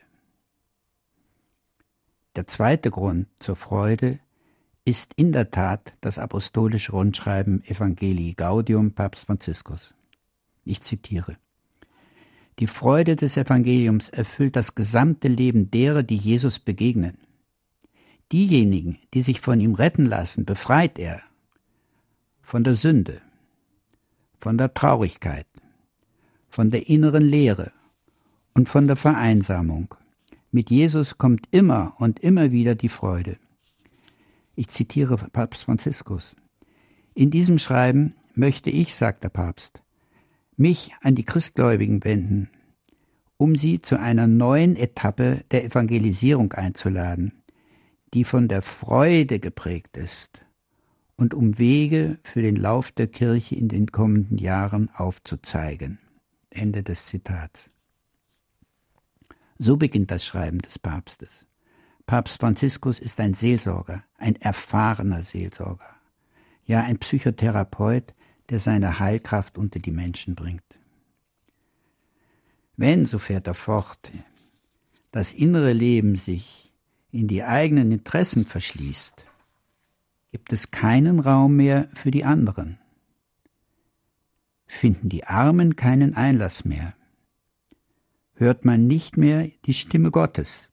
Der zweite Grund zur Freude ist in der Tat das apostolische Rundschreiben Evangelii Gaudium Papst Franziskus. Ich zitiere: Die Freude des Evangeliums erfüllt das gesamte Leben derer, die Jesus begegnen. Diejenigen, die sich von ihm retten lassen, befreit er von der Sünde, von der Traurigkeit, von der inneren Leere und von der Vereinsamung. Mit Jesus kommt immer und immer wieder die Freude. Ich zitiere Papst Franziskus: In diesem Schreiben möchte ich, sagt der Papst, mich an die Christgläubigen wenden, um sie zu einer neuen Etappe der Evangelisierung einzuladen, die von der Freude geprägt ist, und um Wege für den Lauf der Kirche in den kommenden Jahren aufzuzeigen. Ende des Zitats. So beginnt das Schreiben des Papstes. Papst Franziskus ist ein Seelsorger, ein erfahrener Seelsorger, ja ein Psychotherapeut, der seine Heilkraft unter die Menschen bringt. Wenn, so fährt er fort, das innere Leben sich in die eigenen Interessen verschließt, gibt es keinen Raum mehr für die anderen. Finden die Armen keinen Einlass mehr, hört man nicht mehr die Stimme Gottes,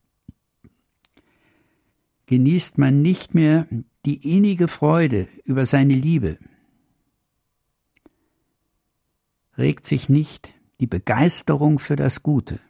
genießt man nicht mehr die innige Freude über seine Liebe, regt sich nicht die Begeisterung für das Gute.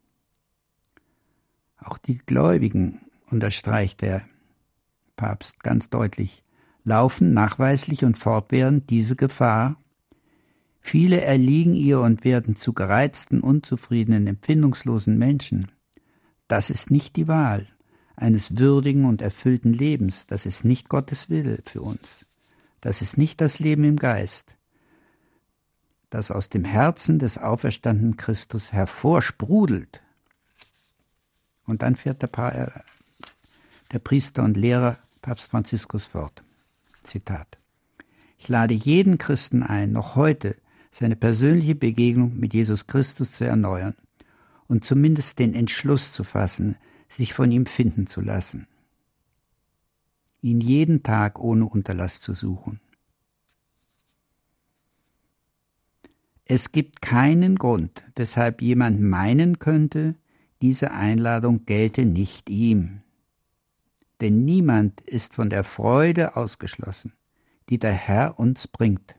Auch die Gläubigen, unterstreicht der Papst ganz deutlich, laufen nachweislich und fortwährend diese Gefahr. Viele erliegen ihr und werden zu gereizten, unzufriedenen, empfindungslosen Menschen. Das ist nicht die Wahl eines würdigen und erfüllten Lebens. Das ist nicht Gottes Wille für uns. Das ist nicht das Leben im Geist, das aus dem Herzen des auferstandenen Christus hervorsprudelt. Und dann fährt der Priester und Lehrer Papst Franziskus fort. Zitat: Ich lade jeden Christen ein, noch heute seine persönliche Begegnung mit Jesus Christus zu erneuern und zumindest den Entschluss zu fassen, sich von ihm finden zu lassen, ihn jeden Tag ohne Unterlass zu suchen. Es gibt keinen Grund, weshalb jemand meinen könnte, diese Einladung gelte nicht ihm. Denn niemand ist von der Freude ausgeschlossen, die der Herr uns bringt.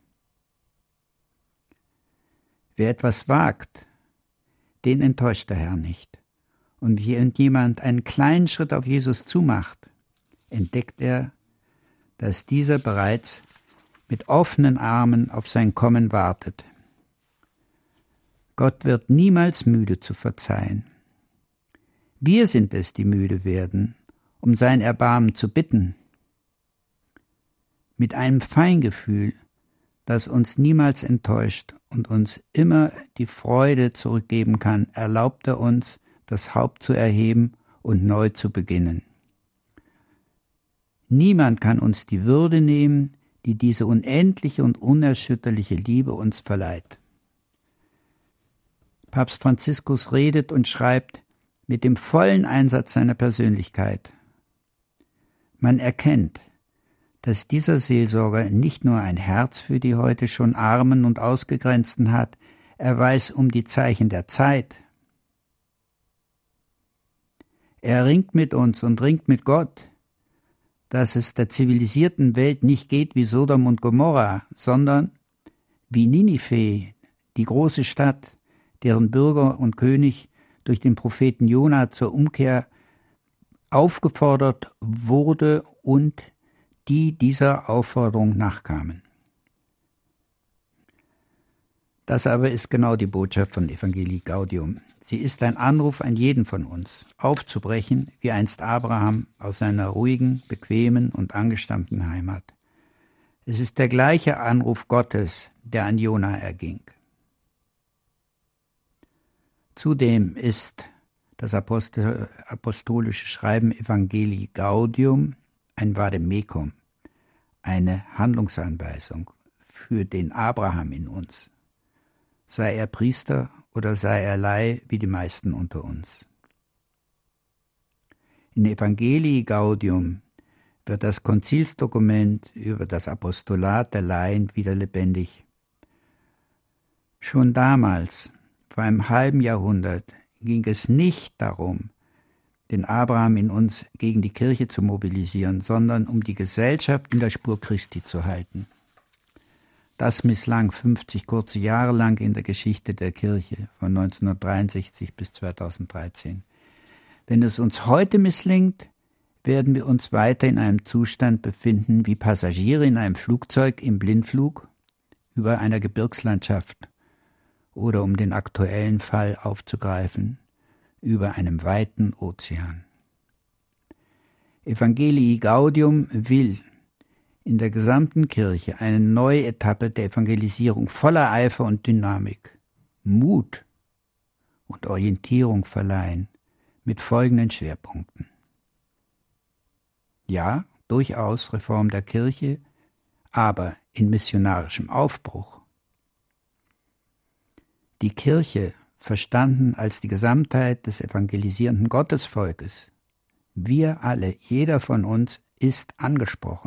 Wer etwas wagt, den enttäuscht der Herr nicht. Und wenn jemand einen kleinen Schritt auf Jesus zumacht, entdeckt er, dass dieser bereits mit offenen Armen auf sein Kommen wartet. Gott wird niemals müde zu verzeihen. Wir sind es, die müde werden, um sein Erbarmen zu bitten. Mit einem Feingefühl, das uns niemals enttäuscht und uns immer die Freude zurückgeben kann, erlaubt er uns, das Haupt zu erheben und neu zu beginnen. Niemand kann uns die Würde nehmen, die diese unendliche und unerschütterliche Liebe uns verleiht. Papst Franziskus redet und schreibt mit dem vollen Einsatz seiner Persönlichkeit. Man erkennt, dass dieser Seelsorger nicht nur ein Herz für die heute schon Armen und Ausgegrenzten hat, er weiß um die Zeichen der Zeit. Er ringt mit uns und ringt mit Gott, dass es der zivilisierten Welt nicht geht wie Sodom und Gomorra, sondern wie Ninive, die große Stadt, deren Bürger und König durch den Propheten Jona zur Umkehr aufgefordert wurde und die dieser Aufforderung nachkamen. Das aber ist genau die Botschaft von Evangelii Gaudium. Sie ist ein Anruf an jeden von uns, aufzubrechen, wie einst Abraham aus seiner ruhigen, bequemen und angestammten Heimat. Es ist der gleiche Anruf Gottes, der an Jona erging. Zudem ist das apostolische Schreiben Evangelii Gaudium ein Vademecum, eine Handlungsanweisung für den Abraham in uns. Sei er Priester oder sei er Laie wie die meisten unter uns. In Evangelii Gaudium wird das Konzilsdokument über das Apostolat der Laien wieder lebendig. Schon damals, vor einem halben Jahrhundert, ging es nicht darum, den Abraham in uns gegen die Kirche zu mobilisieren, sondern um die Gesellschaft in der Spur Christi zu halten. Das misslang 50 kurze Jahre lang in der Geschichte der Kirche, von 1963 bis 2013. Wenn es uns heute misslingt, werden wir uns weiter in einem Zustand befinden wie Passagiere in einem Flugzeug im Blindflug über einer Gebirgslandschaft oder, um den aktuellen Fall aufzugreifen, über einem weiten Ozean. Evangelii Gaudium will in der gesamten Kirche eine neue Etappe der Evangelisierung voller Eifer und Dynamik, Mut und Orientierung verleihen mit folgenden Schwerpunkten. Ja, durchaus Reform der Kirche, aber in missionarischem Aufbruch. Die Kirche, verstanden als die Gesamtheit des evangelisierenden Gottesvolkes, wir alle, jeder von uns, ist angesprochen.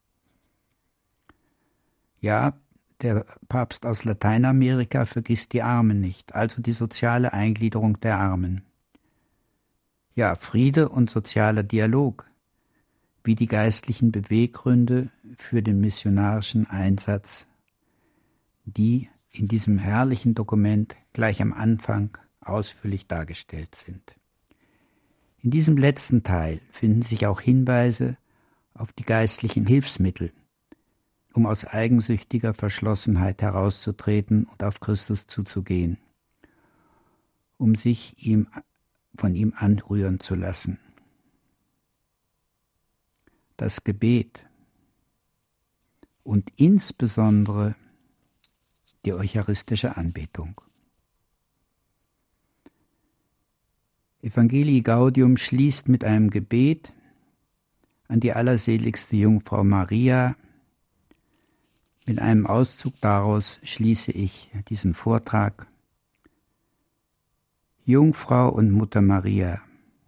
Ja, der Papst aus Lateinamerika vergisst die Armen nicht, also die soziale Eingliederung der Armen. Ja, Friede und sozialer Dialog, wie die geistlichen Beweggründe für den missionarischen Einsatz, die in diesem herrlichen Dokument gleich am Anfang ausführlich dargestellt sind. In diesem letzten Teil finden sich auch Hinweise auf die geistlichen Hilfsmittel, um aus eigensüchtiger Verschlossenheit herauszutreten und auf Christus zuzugehen, um sich von ihm anrühren zu lassen. Das Gebet und insbesondere die eucharistische Anbetung. Evangelii Gaudium schließt mit einem Gebet an die allerseligste Jungfrau Maria. Mit einem Auszug daraus schließe ich diesen Vortrag. Jungfrau und Mutter Maria,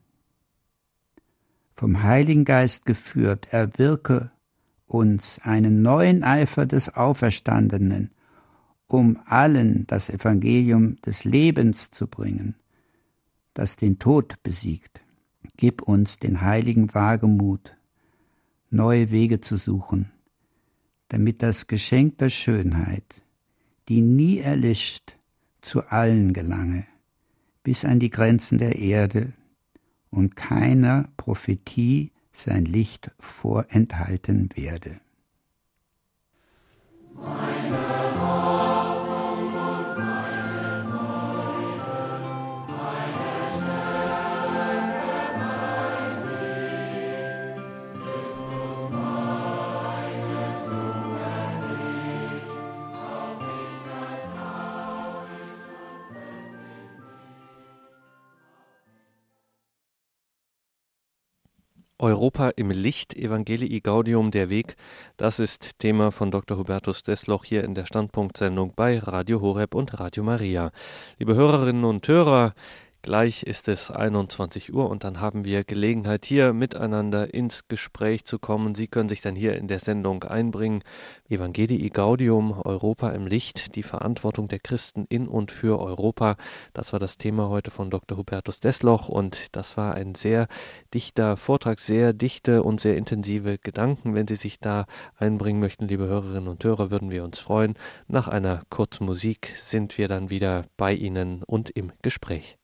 vom Heiligen Geist geführt, erwirke uns einen neuen Eifer des Auferstandenen, um allen das Evangelium des Lebens zu bringen, das den Tod besiegt. Gib uns den heiligen Wagemut, neue Wege zu suchen, damit das Geschenk der Schönheit, die nie erlischt, zu allen gelange, bis an die Grenzen der Erde und keiner Prophetie sein Licht vorenthalten werde. Europa im Licht, Evangelii Gaudium, der Weg, das ist Thema von Dr. Hubertus Desloch hier in der Standpunktsendung bei Radio Horeb und Radio Maria. Liebe Hörerinnen und Hörer, gleich ist es 21 Uhr und dann haben wir Gelegenheit, hier miteinander ins Gespräch zu kommen. Sie können sich dann hier in der Sendung einbringen. Evangelii Gaudium, Europa im Licht, die Verantwortung der Christen in und für Europa. Das war das Thema heute von Dr. Hubertus Desloch und das war ein sehr dichter Vortrag, sehr dichte und sehr intensive Gedanken. Wenn Sie sich da einbringen möchten, liebe Hörerinnen und Hörer, würden wir uns freuen. Nach einer kurzen Musik sind wir dann wieder bei Ihnen und im Gespräch.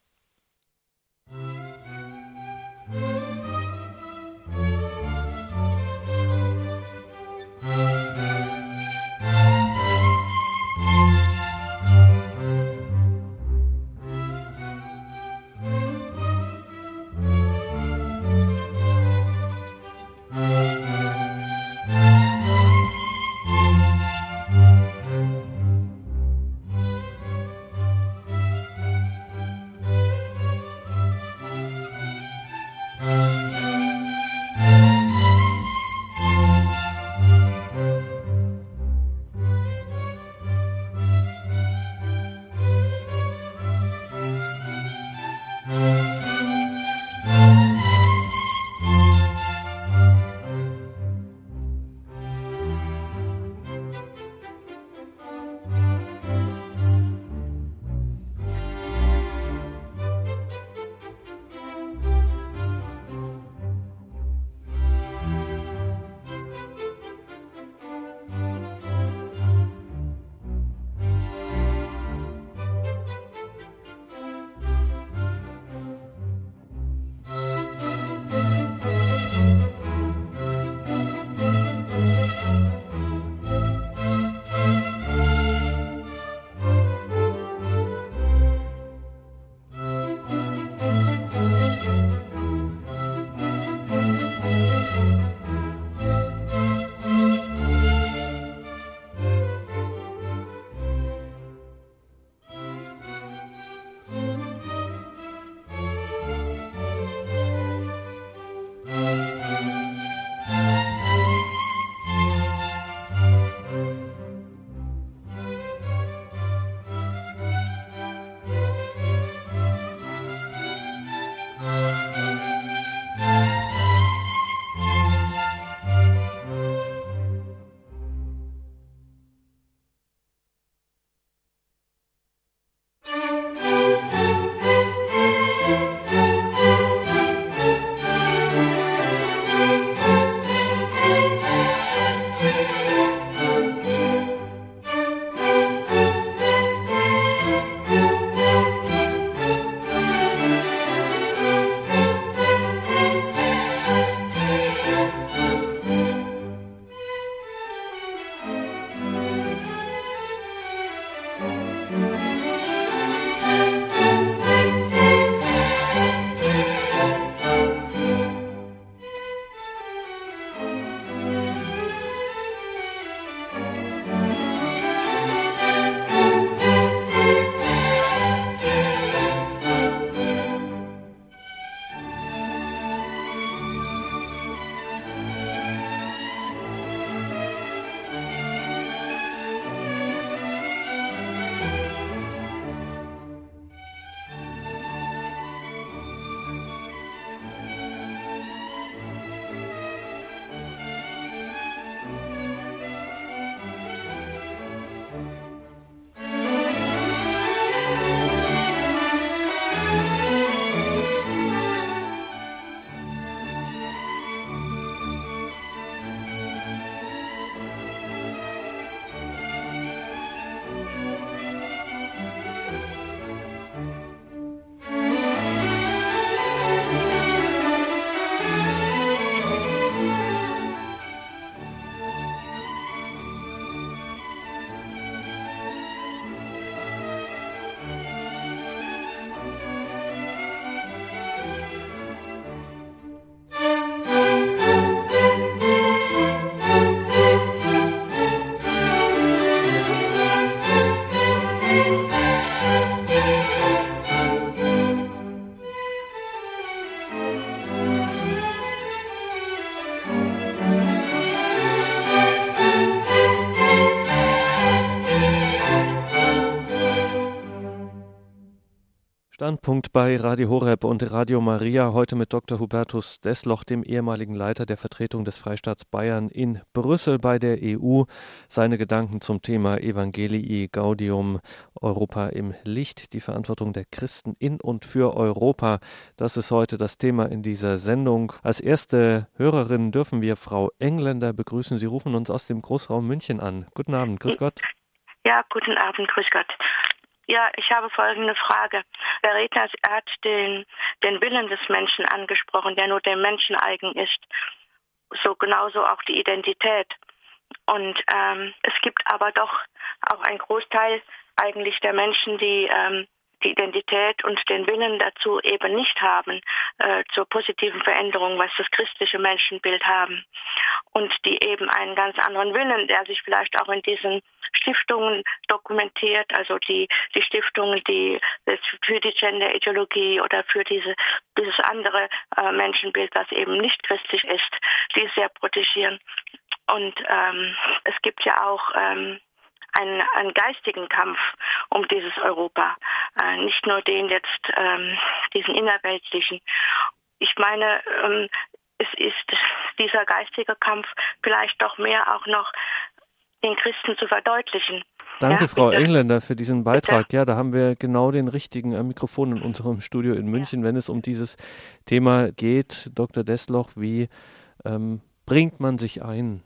Standpunkt bei Radio Horeb und Radio Maria, heute mit Dr. Hubertus Desloch, dem ehemaligen Leiter der Vertretung des Freistaats Bayern in Brüssel bei der EU. Seine Gedanken zum Thema Evangelii Gaudium, Europa im Licht, die Verantwortung der Christen in und für Europa. Das ist heute das Thema in dieser Sendung. Als erste Hörerin dürfen wir Frau Engländer begrüßen. Sie rufen uns aus dem Großraum München an. Guten Abend, grüß Gott. Ja, guten Abend, grüß Gott. Ja, ich habe folgende Frage. Der Redner hat den Willen des Menschen angesprochen, der nur dem Menschen eigen ist. So genauso auch die Identität. Und es gibt aber doch auch einen Großteil eigentlich der Menschen, die die Identität und den Willen dazu eben nicht haben, zur positiven Veränderung, was das christliche Menschenbild haben. Und die eben einen ganz anderen Willen, der sich vielleicht auch in diesen Stiftungen dokumentiert, also die Stiftungen, die für die Gender-Ideologie oder für dieses andere Menschenbild, das eben nicht christlich ist, die sehr protegieren. Und es gibt ja auch einen geistigen Kampf um dieses Europa, nicht nur diesen innerweltlichen. Ich meine, es ist dieser geistige Kampf vielleicht doch mehr auch noch den Christen zu verdeutlichen. Danke, ja, Frau Engländer, für diesen Beitrag. Bitte. Ja, da haben wir genau den richtigen Mikrofon in unserem Studio in München, wenn es um dieses Thema geht. Dr. Desloch, wie bringt man sich ein?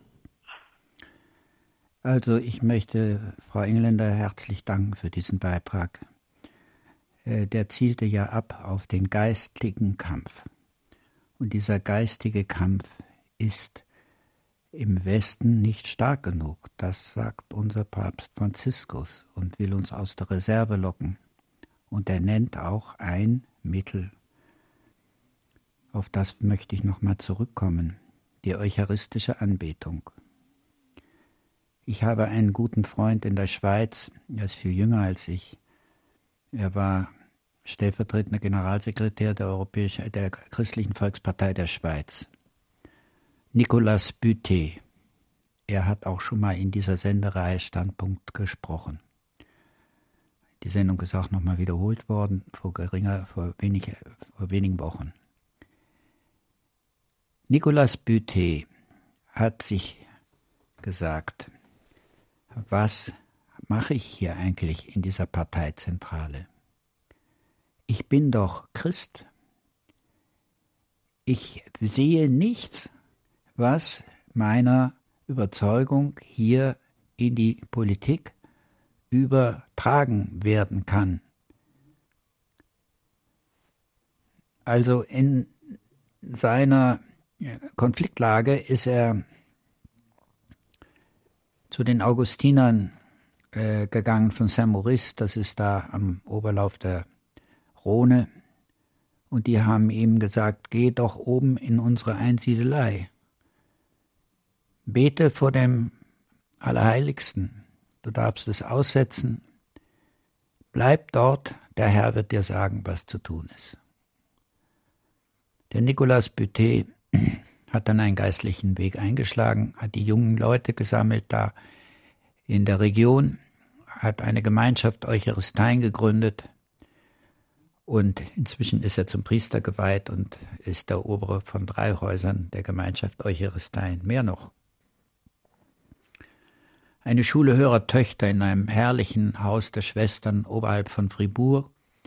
Also ich möchte Frau Engländer herzlich danken für diesen Beitrag. Der zielte ja ab auf den geistigen Kampf. Und dieser geistige Kampf ist im Westen nicht stark genug. Das sagt unser Papst Franziskus und will uns aus der Reserve locken. Und er nennt auch ein Mittel. Auf das möchte ich nochmal zurückkommen. Die eucharistische Anbetung. Ich habe einen guten Freund in der Schweiz, er ist viel jünger als ich. Er war stellvertretender Generalsekretär der Christlichen Volkspartei der Schweiz. Nicolas Butet. Er hat auch schon mal in dieser Sendereihe Standpunkt gesprochen. Die Sendung ist auch nochmal wiederholt worden vor wenigen Wochen. Nicolas Butet hat sich gesagt, was mache ich hier eigentlich in dieser Parteizentrale? Ich bin doch Christ. Ich sehe nichts, was meiner Überzeugung hier in die Politik übertragen werden kann. Also in seiner Konfliktlage ist er zu den Augustinern gegangen von Saint-Maurice, das ist da am Oberlauf der Rhone. Und die haben ihm gesagt, geh doch oben in unsere Einsiedelei. Bete vor dem Allerheiligsten. Du darfst es aussetzen. Bleib dort, der Herr wird dir sagen, was zu tun ist. Der Nicolas Butet hat dann einen geistlichen Weg eingeschlagen, hat die jungen Leute gesammelt da in der Region, hat eine Gemeinschaft Eucharisteien gegründet und inzwischen ist er zum Priester geweiht und ist der Obere von 3 Häusern der Gemeinschaft Eucharisteien. Mehr noch. Eine Schule höherer Töchter in einem herrlichen Haus der Schwestern oberhalb von Fribourg.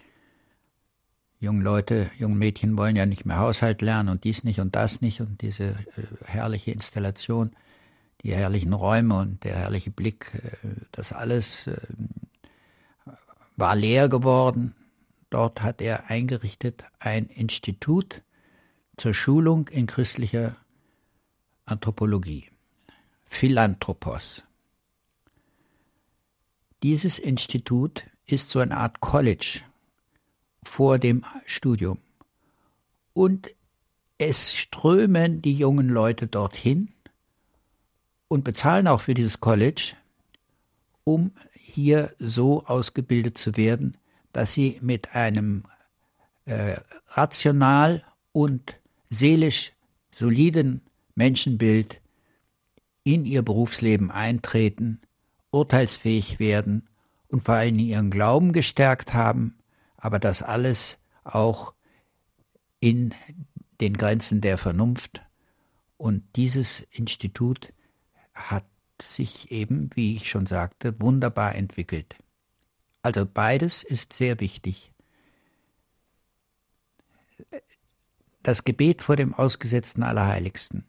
Junge Mädchen wollen ja nicht mehr Haushalt lernen und dies nicht und das nicht und diese herrliche Installation, die herrlichen Räume und der herrliche Blick, das alles war leer geworden. Dort hat er eingerichtet ein Institut zur Schulung in christlicher Anthropologie, Philanthropos. Dieses Institut ist so eine Art College vor dem Studium. Und es strömen die jungen Leute dorthin und bezahlen auch für dieses College, um hier so ausgebildet zu werden, dass sie mit einem rational und seelisch soliden Menschenbild in ihr Berufsleben eintreten, urteilsfähig werden und vor allem ihren Glauben gestärkt haben, aber das alles auch in den Grenzen der Vernunft. Und dieses Institut hat sich eben, wie ich schon sagte, wunderbar entwickelt. Also beides ist sehr wichtig. Das Gebet vor dem ausgesetzten Allerheiligsten.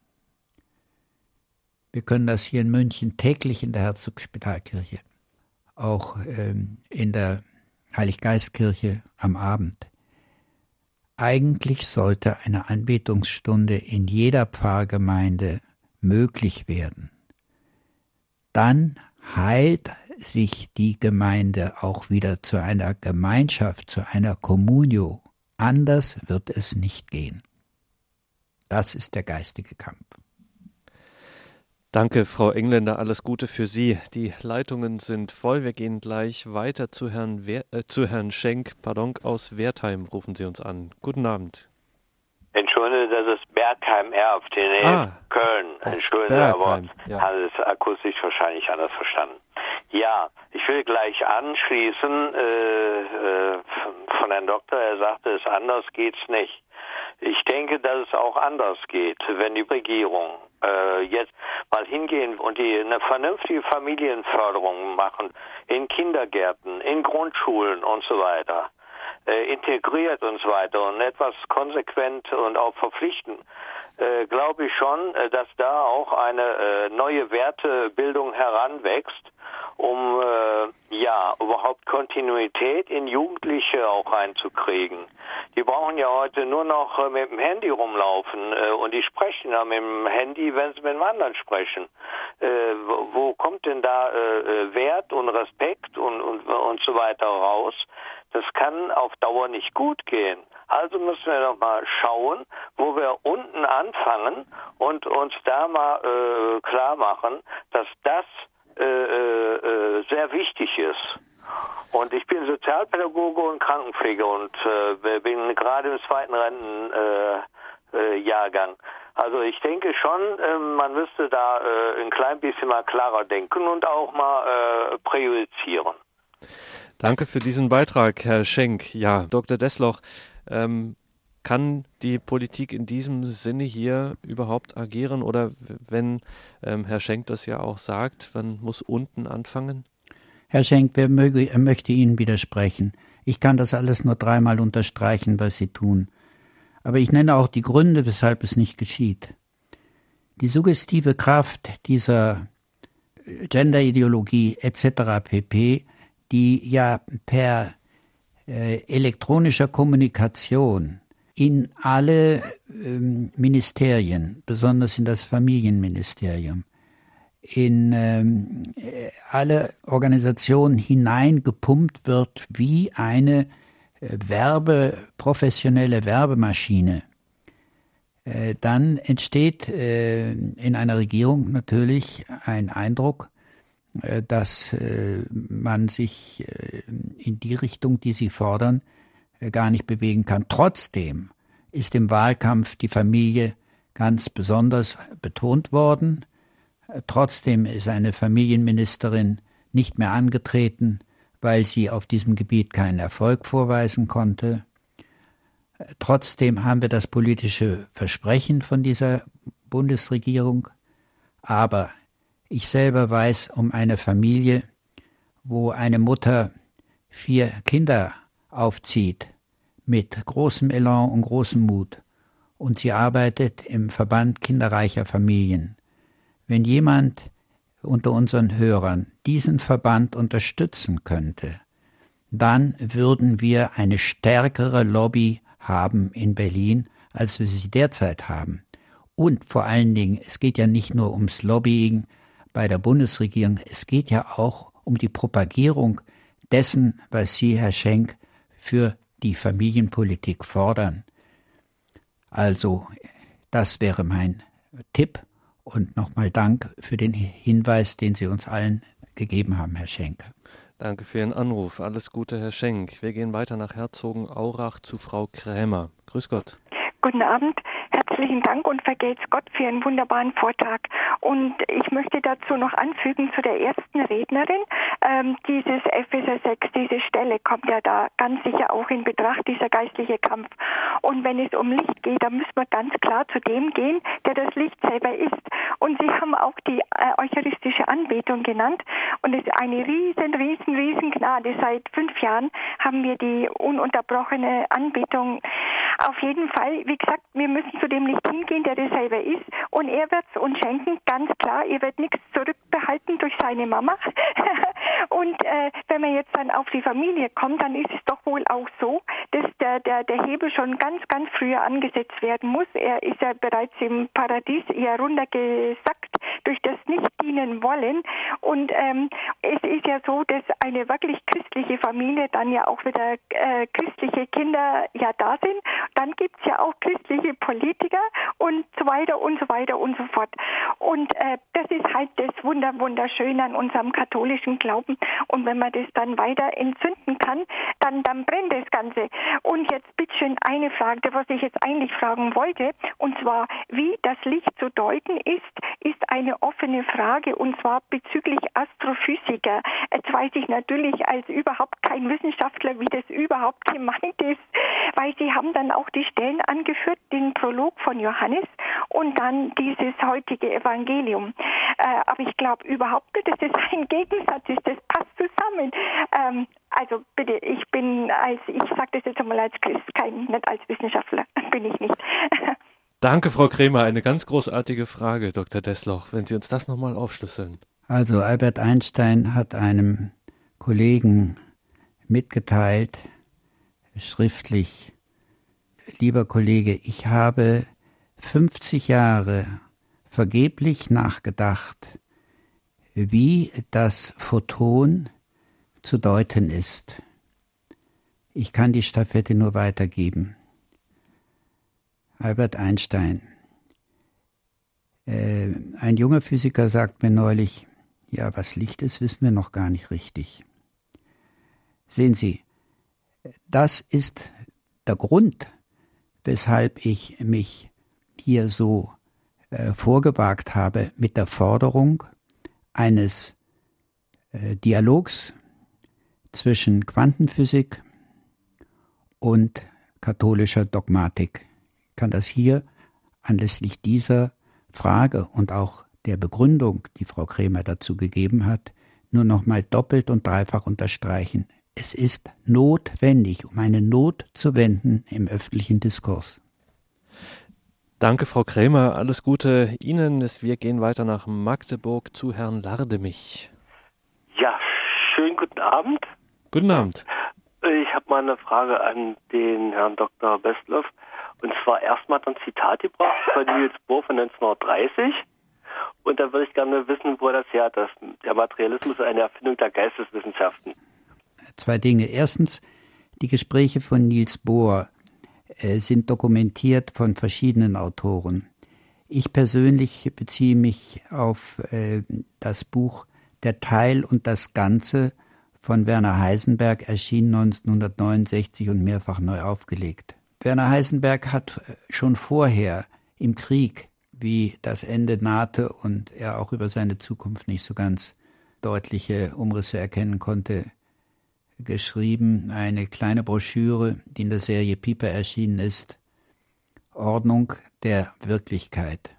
Wir können das hier in München täglich in der Herzogsspitalkirche, auch in der Heiliggeistkirche am Abend. Eigentlich sollte eine Anbetungsstunde in jeder Pfarrgemeinde möglich werden. Dann heilt sich die Gemeinde auch wieder zu einer Gemeinschaft, zu einer Communio. Anders wird es nicht gehen. Das ist der geistige Kampf. Danke, Frau Engländer, alles Gute für Sie. Die Leitungen sind voll. Wir gehen gleich weiter zu Herrn Schenk, aus Wertheim rufen Sie uns an. Guten Abend. Entschuldige, das ist Bergheim auf der Nähe Köln. Entschuldige, aber habe es akustisch wahrscheinlich anders verstanden. Ja, ich will gleich anschließen von Herrn Doktor. Er sagte, es anders geht's nicht. Ich denke, dass es auch anders geht, wenn die Regierung jetzt mal hingehen und eine vernünftige Familienförderung machen, in Kindergärten, in Grundschulen und so weiter, integriert und so weiter und etwas konsequent und auch verpflichtend, glaube ich schon, dass da auch eine neue Wertebildung heranwächst, um überhaupt Kontinuität in Jugendliche auch reinzukriegen. Die brauchen ja heute nur noch mit dem Handy rumlaufen und die sprechen ja mit dem Handy, wenn sie mit dem anderen sprechen. Wo kommt denn da Wert und Respekt und so weiter raus? Das kann auf Dauer nicht gut gehen. Also müssen wir doch mal schauen, wo wir unten anfangen und uns da mal klar machen, dass das sehr wichtig ist. Und ich bin Sozialpädagoge und Krankenpfleger und bin gerade im 2. Rentenjahrgang. Also ich denke schon, man müsste da ein klein bisschen mal klarer denken und auch mal priorisieren. Danke für diesen Beitrag, Herr Schenk. Ja, Dr. Desloch, kann die Politik in diesem Sinne hier überhaupt agieren? Oder wenn Herr Schenk das ja auch sagt, man muss unten anfangen? Herr Schenk, wer möchte Ihnen widersprechen? Ich kann das alles nur 3-mal unterstreichen, was Sie tun. Aber ich nenne auch die Gründe, weshalb es nicht geschieht. Die suggestive Kraft dieser Genderideologie etc. pp., die ja per elektronischer Kommunikation in alle Ministerien, besonders in das Familienministerium, in alle Organisationen hineingepumpt wird wie eine professionelle Werbemaschine, dann entsteht in einer Regierung natürlich ein Eindruck, dass man sich in die Richtung, die sie fordern, gar nicht bewegen kann. Trotzdem ist im Wahlkampf die Familie ganz besonders betont worden. Trotzdem ist eine Familienministerin nicht mehr angetreten, weil sie auf diesem Gebiet keinen Erfolg vorweisen konnte. Trotzdem haben wir das politische Versprechen von dieser Bundesregierung. Aber ich selber weiß um eine Familie, wo eine Mutter 4 Kinder aufzieht mit großem Elan und großem Mut. Und sie arbeitet im Verband kinderreicher Familien. Wenn jemand unter unseren Hörern diesen Verband unterstützen könnte, dann würden wir eine stärkere Lobby haben in Berlin, als wir sie derzeit haben. Und vor allen Dingen, es geht ja nicht nur ums Lobbying bei der Bundesregierung, es geht ja auch um die Propagierung dessen, was Sie, Herr Schenk, für die Familienpolitik fordern. Also, das wäre mein Tipp. Und nochmal Dank für den Hinweis, den Sie uns allen gegeben haben, Herr Schenk. Danke für Ihren Anruf. Alles Gute, Herr Schenk. Wir gehen weiter nach Herzogenaurach zu Frau Krämer. Grüß Gott. Guten Abend, herzlichen Dank und vergelt's Gott für einen wunderbaren Vortrag. Und ich möchte dazu noch anfügen zu der ersten Rednerin, dieses Epheser 6, diese Stelle kommt ja da ganz sicher auch in Betracht, dieser geistliche Kampf. Und wenn es um Licht geht, dann müssen wir ganz klar zu dem gehen, der das Licht selber ist. Und Sie haben auch die eucharistische Anbetung genannt. Und es ist eine riesen Gnade. Seit 5 Jahren haben wir die ununterbrochene Anbetung. Auf jeden Fall, wie gesagt, wir müssen zu dem Licht hingehen, der das selber ist. Und er wird es uns schenken, ganz klar. Er wird nichts zurückbehalten durch seine Mama. Und wenn man jetzt dann auf die Familie kommt, dann ist es doch wohl auch so, dass der Hebel schon ganz früher angesetzt werden muss. Er ist ja bereits im Paradies eher runtergesackt durch das Nicht-Dienen-Wollen. Und es ist ja so, dass eine wirklich christliche Familie dann ja auch wieder christliche Kinder ja da sind. Dann gibt es ja auch christliche Politiker und so weiter und so weiter und so fort. Und das ist halt das Wunderschöne an unserem katholischen Glauben. Und wenn man das dann weiter entzünden kann, dann brennt das Ganze. Und jetzt bitteschön eine Frage, was ich jetzt eigentlich fragen wollte, und zwar, wie das Licht zu deuten ist eine offene Frage, und zwar bezüglich Astrophysiker. Jetzt weiß ich natürlich als überhaupt kein Wissenschaftler, wie das überhaupt gemeint ist, weil Sie haben dann auch die Stellen angeführt, den Prolog von Johannes und dann dieses heutige Evangelium. Aber ich glaube überhaupt nicht, dass das ein Gegensatz ist, das passt zusammen. Also bitte, ich sage das jetzt einmal als Christ, nicht als Wissenschaftler, bin ich nicht. Danke, Frau Krämer. Eine ganz großartige Frage, Dr. Desloch, wenn Sie uns das nochmal aufschlüsseln. Also Albert Einstein hat einem Kollegen mitgeteilt, schriftlich: Lieber Kollege, ich habe 50 Jahre vergeblich nachgedacht, wie das Photon zu deuten ist. Ich kann die Stafette nur weitergeben. Albert Einstein. Ein junger Physiker sagt mir neulich, ja, was Licht ist, wissen wir noch gar nicht richtig. Sehen Sie, das ist der Grund, weshalb ich mich hier so vorgewagt habe mit der Forderung eines Dialogs zwischen Quantenphysik und katholischer Dogmatik. Ich kann das hier anlässlich dieser Frage und auch der Begründung, die Frau Krämer dazu gegeben hat, nur noch mal doppelt und dreifach unterstreichen. Es ist notwendig, um eine Not zu wenden im öffentlichen Diskurs. Danke, Frau Krämer. Alles Gute Ihnen. Wir gehen weiter nach Magdeburg zu Herrn Lardemich. Ja, schönen guten Abend. Guten Abend. Ich habe mal eine Frage an den Herrn Dr. Bestloff. Und zwar erstmal ein Zitat gebracht von Niels Bohr von 1930. Und da würde ich gerne wissen, wo das her ist. Der Materialismus ist eine Erfindung der Geisteswissenschaften. 2 Dinge. Erstens, die Gespräche von Niels Bohr sind dokumentiert von verschiedenen Autoren. Ich persönlich beziehe mich auf das Buch Der Teil und das Ganze von Werner Heisenberg, erschienen 1969 und mehrfach neu aufgelegt. Werner Heisenberg hat schon vorher im Krieg, wie das Ende nahte und er auch über seine Zukunft nicht so ganz deutliche Umrisse erkennen konnte, geschrieben, eine kleine Broschüre, die in der Serie Piper erschienen ist, Ordnung der Wirklichkeit.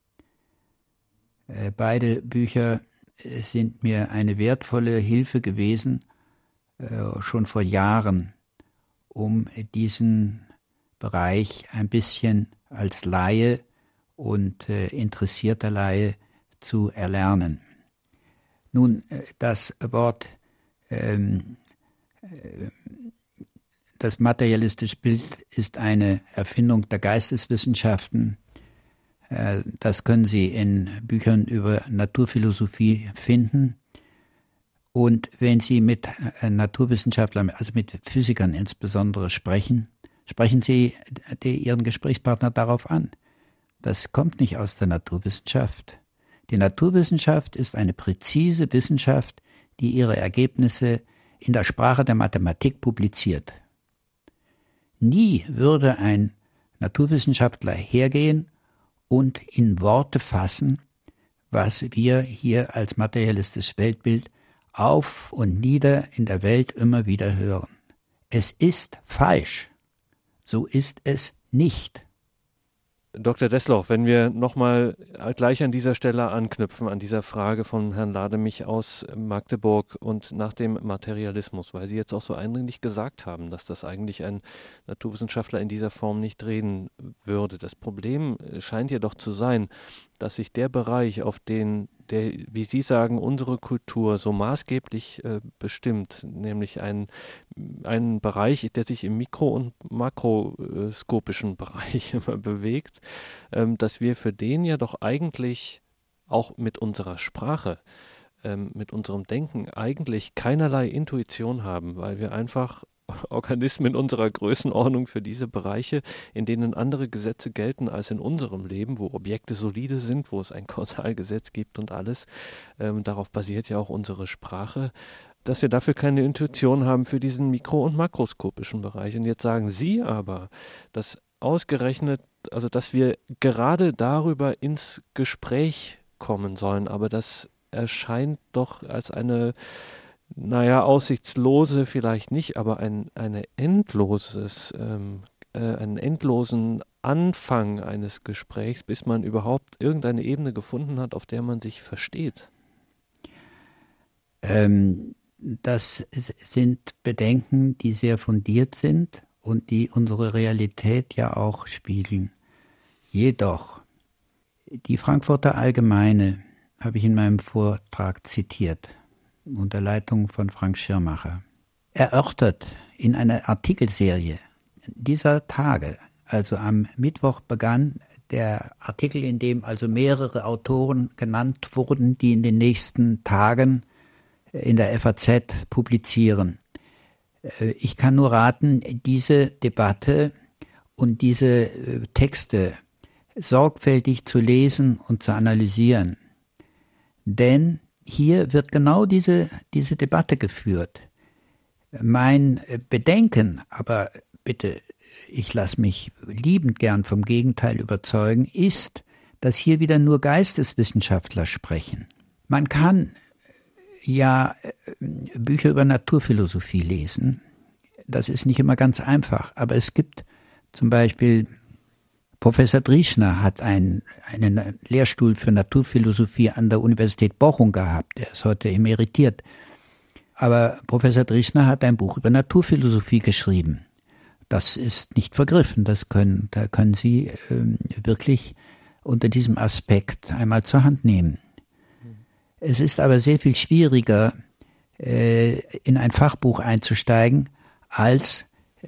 Beide Bücher sind mir eine wertvolle Hilfe gewesen, schon vor Jahren, um diesen Bereich ein bisschen als Laie und interessierter Laie zu erlernen. Nun, das Wort das materialistische Bild ist eine Erfindung der Geisteswissenschaften. Das können Sie in Büchern über Naturphilosophie finden. Und wenn Sie mit Naturwissenschaftlern, also mit Physikern insbesondere sprechen Sie Ihren Gesprächspartner darauf an. Das kommt nicht aus der Naturwissenschaft. Die Naturwissenschaft ist eine präzise Wissenschaft, die ihre Ergebnisse in der Sprache der Mathematik publiziert. Nie würde ein Naturwissenschaftler hergehen und in Worte fassen, was wir hier als materialistisches Weltbild auf und nieder in der Welt immer wieder hören. Es ist falsch. So ist es nicht. Dr. Desloch, wenn wir nochmal gleich an dieser Stelle anknüpfen, an dieser Frage von Herrn Lademich aus Magdeburg und nach dem Materialismus, weil Sie jetzt auch so eindringlich gesagt haben, dass das eigentlich ein Naturwissenschaftler in dieser Form nicht reden würde. Das Problem scheint jedoch zu sein, dass sich der Bereich, auf den, der, wie Sie sagen, unsere Kultur so maßgeblich bestimmt, nämlich ein Bereich, der sich im mikro- und makroskopischen Bereich immer bewegt, dass wir für den ja doch eigentlich auch mit unserer Sprache, mit unserem Denken eigentlich keinerlei Intuition haben, weil wir einfach Organismen unserer Größenordnung für diese Bereiche, in denen andere Gesetze gelten als in unserem Leben, wo Objekte solide sind, wo es ein Kausalgesetz gibt und alles, darauf basiert ja auch unsere Sprache, dass wir dafür keine Intuition haben für diesen mikro- und makroskopischen Bereich. Und jetzt sagen Sie aber, dass ausgerechnet, also dass wir gerade darüber ins Gespräch kommen sollen, aber das erscheint doch als eine, naja, aussichtslose vielleicht nicht, aber einen endlosen Anfang eines Gesprächs, bis man überhaupt irgendeine Ebene gefunden hat, auf der man sich versteht. Das sind Bedenken, die sehr fundiert sind und die unsere Realität ja auch spiegeln. Jedoch, die Frankfurter Allgemeine habe ich in meinem Vortrag zitiert, unter Leitung von Frank Schirmacher, erörtert in einer Artikelserie dieser Tage, also am Mittwoch begann der Artikel, in dem also mehrere Autoren genannt wurden, die in den nächsten Tagen in der FAZ publizieren. Ich kann nur raten, diese Debatte und diese Texte sorgfältig zu lesen und zu analysieren. Denn hier wird genau diese Debatte geführt. Mein Bedenken, aber bitte, ich lasse mich liebend gern vom Gegenteil überzeugen, ist, dass hier wieder nur Geisteswissenschaftler sprechen. Man kann ja Bücher über Naturphilosophie lesen. Das ist nicht immer ganz einfach, aber es gibt zum Beispiel Professor Drieschner hat einen Lehrstuhl für Naturphilosophie an der Universität Bochum gehabt. Er ist heute emeritiert. Aber Professor Drieschner hat ein Buch über Naturphilosophie geschrieben. Das ist nicht vergriffen. Da können Sie wirklich unter diesem Aspekt einmal zur Hand nehmen. Es ist aber sehr viel schwieriger, in ein Fachbuch einzusteigen, als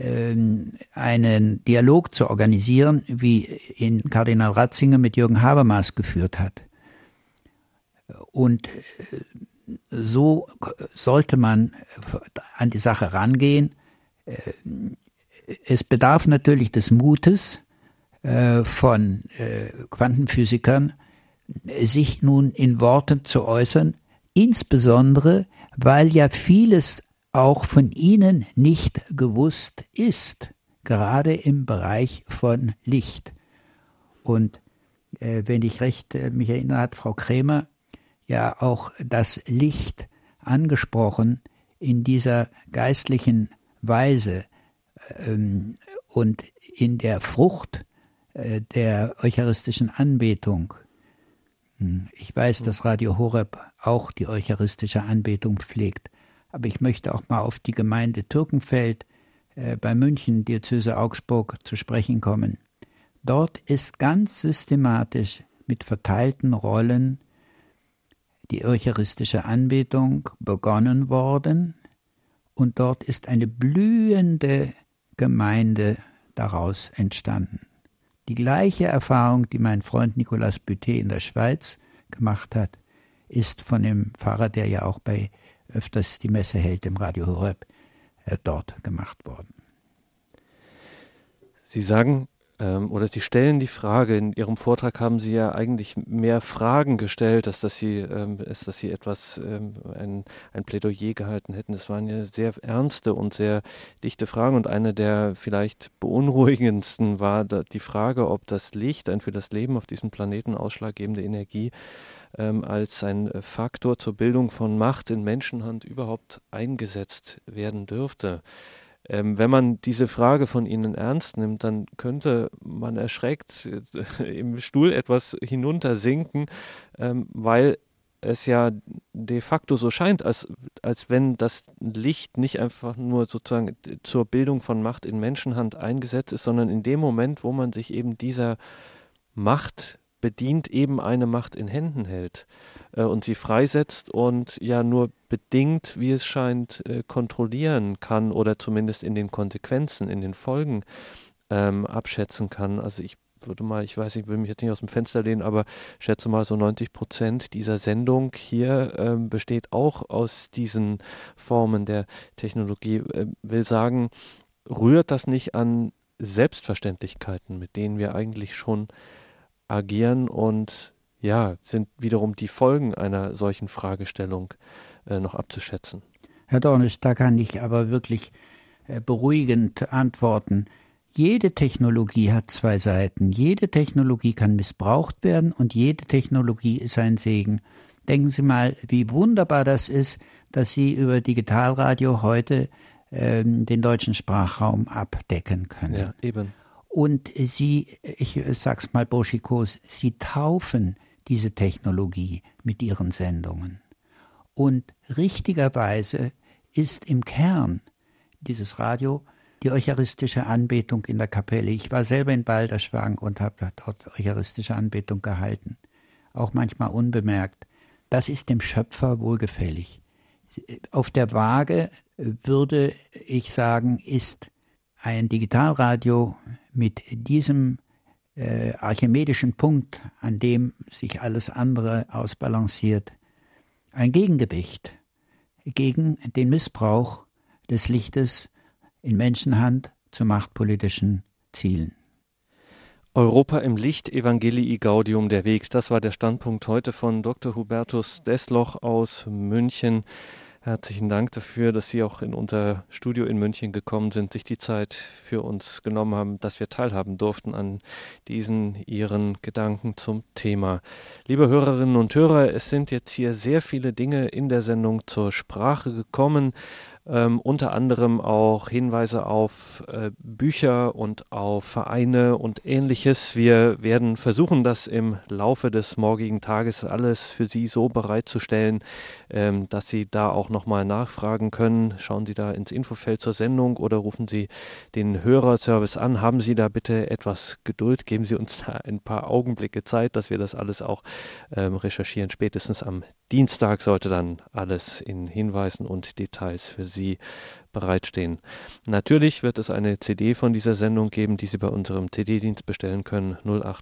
einen Dialog zu organisieren, wie ihn Kardinal Ratzinger mit Jürgen Habermas geführt hat. Und so sollte man an die Sache rangehen. Es bedarf natürlich des Mutes von Quantenphysikern, sich nun in Worten zu äußern, insbesondere, weil ja vieles auch von ihnen nicht gewusst ist, gerade im Bereich von Licht. Und wenn ich recht mich erinnere, hat Frau Krämer ja auch das Licht angesprochen in dieser geistlichen Weise und in der Frucht der eucharistischen Anbetung. Ich weiß, dass Radio Horeb auch die eucharistische Anbetung pflegt, aber ich möchte auch mal auf die Gemeinde Türkenfeld bei München, Diözese Augsburg, zu sprechen kommen. Dort ist ganz systematisch mit verteilten Rollen die eucharistische Anbetung begonnen worden und dort ist eine blühende Gemeinde daraus entstanden. Die gleiche Erfahrung, die mein Freund Nicolas Butet in der Schweiz gemacht hat, ist von dem Pfarrer, der ja auch bei öfters die Messe hält im Radio Horeb, dort gemacht worden. Sie sagen, oder Sie stellen die Frage, in Ihrem Vortrag haben Sie ja eigentlich mehr Fragen gestellt, als dass Sie etwas, ein Plädoyer gehalten hätten. Es waren ja sehr ernste und sehr dichte Fragen, und eine der vielleicht beunruhigendsten war die Frage, ob das Licht, ein für das Leben auf diesem Planeten ausschlaggebende Energie, als ein Faktor zur Bildung von Macht in Menschenhand überhaupt eingesetzt werden dürfte. Wenn man diese Frage von Ihnen ernst nimmt, dann könnte man erschreckt im Stuhl etwas hinuntersinken, weil es ja de facto so scheint, als wenn das Licht nicht einfach nur sozusagen zur Bildung von Macht in Menschenhand eingesetzt ist, sondern in dem Moment, wo man sich eben dieser Macht bedient, eben eine Macht in Händen hält und sie freisetzt und ja nur bedingt, wie es scheint, kontrollieren kann oder zumindest in den Konsequenzen, in den Folgen abschätzen kann. Also ich weiß, ich will mich jetzt nicht aus dem Fenster lehnen, aber schätze mal, so 90% dieser Sendung hier besteht auch aus diesen Formen der Technologie. Will sagen, rührt das nicht an Selbstverständlichkeiten, mit denen wir eigentlich schon agieren, und ja, sind wiederum die Folgen einer solchen Fragestellung noch abzuschätzen? Herr Dornisch, da kann ich aber wirklich beruhigend antworten. Jede Technologie hat zwei Seiten. Jede Technologie kann missbraucht werden und jede Technologie ist ein Segen. Denken Sie mal, wie wunderbar das ist, dass Sie über Digitalradio heute den deutschen Sprachraum abdecken können. Ja, eben. Und ich sag's mal burschikos, Sie taufen diese Technologie mit Ihren Sendungen. Und richtigerweise ist im Kern dieses Radio die eucharistische Anbetung in der Kapelle. Ich war selber in Balderschwang und habe dort eucharistische Anbetung gehalten. Auch manchmal unbemerkt. Das ist dem Schöpfer wohlgefällig. Auf der Waage würde ich sagen, ist ein Digitalradio mit diesem archimedischen Punkt, an dem sich alles andere ausbalanciert, ein Gegengewicht gegen den Missbrauch des Lichtes in Menschenhand zu machtpolitischen Zielen. Europa im Licht, Evangelii Gaudium, der Weg. Das war der Standpunkt heute von Dr. Hubertus Desloch aus München. Herzlichen Dank dafür, dass Sie auch in unser Studio in München gekommen sind, sich die Zeit für uns genommen haben, dass wir teilhaben durften an diesen Ihren Gedanken zum Thema. Liebe Hörerinnen und Hörer, es sind jetzt hier sehr viele Dinge in der Sendung zur Sprache gekommen. Unter anderem auch Hinweise auf Bücher und auf Vereine und Ähnliches. Wir werden versuchen, das im Laufe des morgigen Tages alles für Sie so bereitzustellen, dass Sie da auch nochmal nachfragen können. Schauen Sie da ins Infofeld zur Sendung oder rufen Sie den Hörerservice an. Haben Sie da bitte etwas Geduld. Geben Sie uns da ein paar Augenblicke Zeit, dass wir das alles auch recherchieren. Spätestens am Dienstag sollte dann alles in Hinweisen und Details für Sie bereitstehen. Natürlich wird es eine CD von dieser Sendung geben, die Sie bei unserem CD-Dienst bestellen können.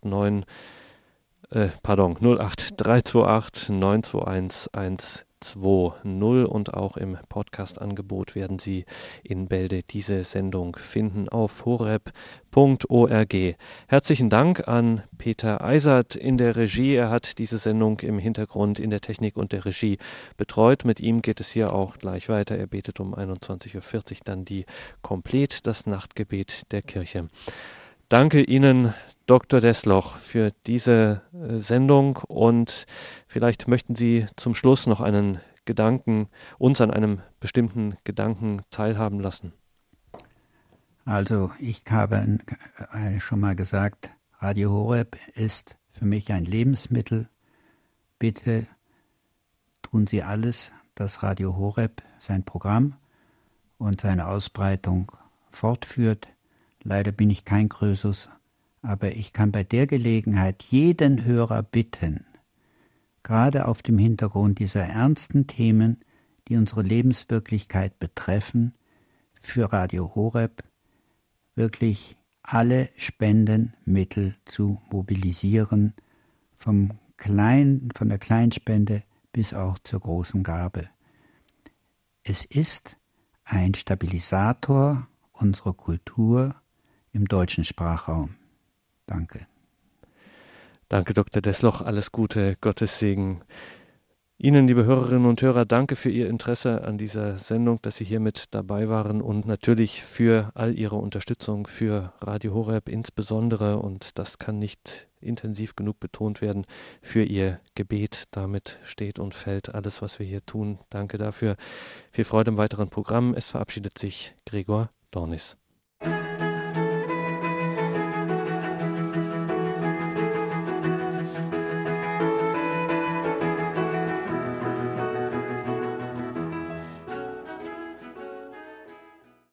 08328 921 120, und auch im Podcast-Angebot werden Sie in Bälde diese Sendung finden auf horeb.org. Herzlichen Dank an Peter Eisert in der Regie. Er hat diese Sendung im Hintergrund in der Technik und der Regie betreut. Mit ihm geht es hier auch gleich weiter. Er betet um 21.40 Uhr dann die Komplet, das Nachtgebet der Kirche. Danke Ihnen, Dr. Desloch, für diese Sendung, und vielleicht möchten Sie zum Schluss noch einen Gedanken, uns an einem bestimmten Gedanken teilhaben lassen. Also ich habe schon mal gesagt, Radio Horeb ist für mich ein Lebensmittel. Bitte tun Sie alles, dass Radio Horeb sein Programm und seine Ausbreitung fortführt. Leider bin ich kein Krösus, aber ich kann bei der Gelegenheit jeden Hörer bitten, gerade auf dem Hintergrund dieser ernsten Themen, die unsere Lebenswirklichkeit betreffen, für Radio Horeb wirklich alle Spendenmittel zu mobilisieren, von der Kleinspende bis auch zur großen Gabe. Es ist ein Stabilisator unserer Kultur im deutschen Sprachraum. Danke. Danke, Dr. Desloch. Alles Gute, Gottes Segen. Ihnen, liebe Hörerinnen und Hörer, danke für Ihr Interesse an dieser Sendung, dass Sie hier mit dabei waren und natürlich für all Ihre Unterstützung für Radio Horeb insbesondere, und das kann nicht intensiv genug betont werden, für Ihr Gebet. Damit steht und fällt alles, was wir hier tun. Danke dafür. Viel Freude im weiteren Programm. Es verabschiedet sich Gregor Dornis.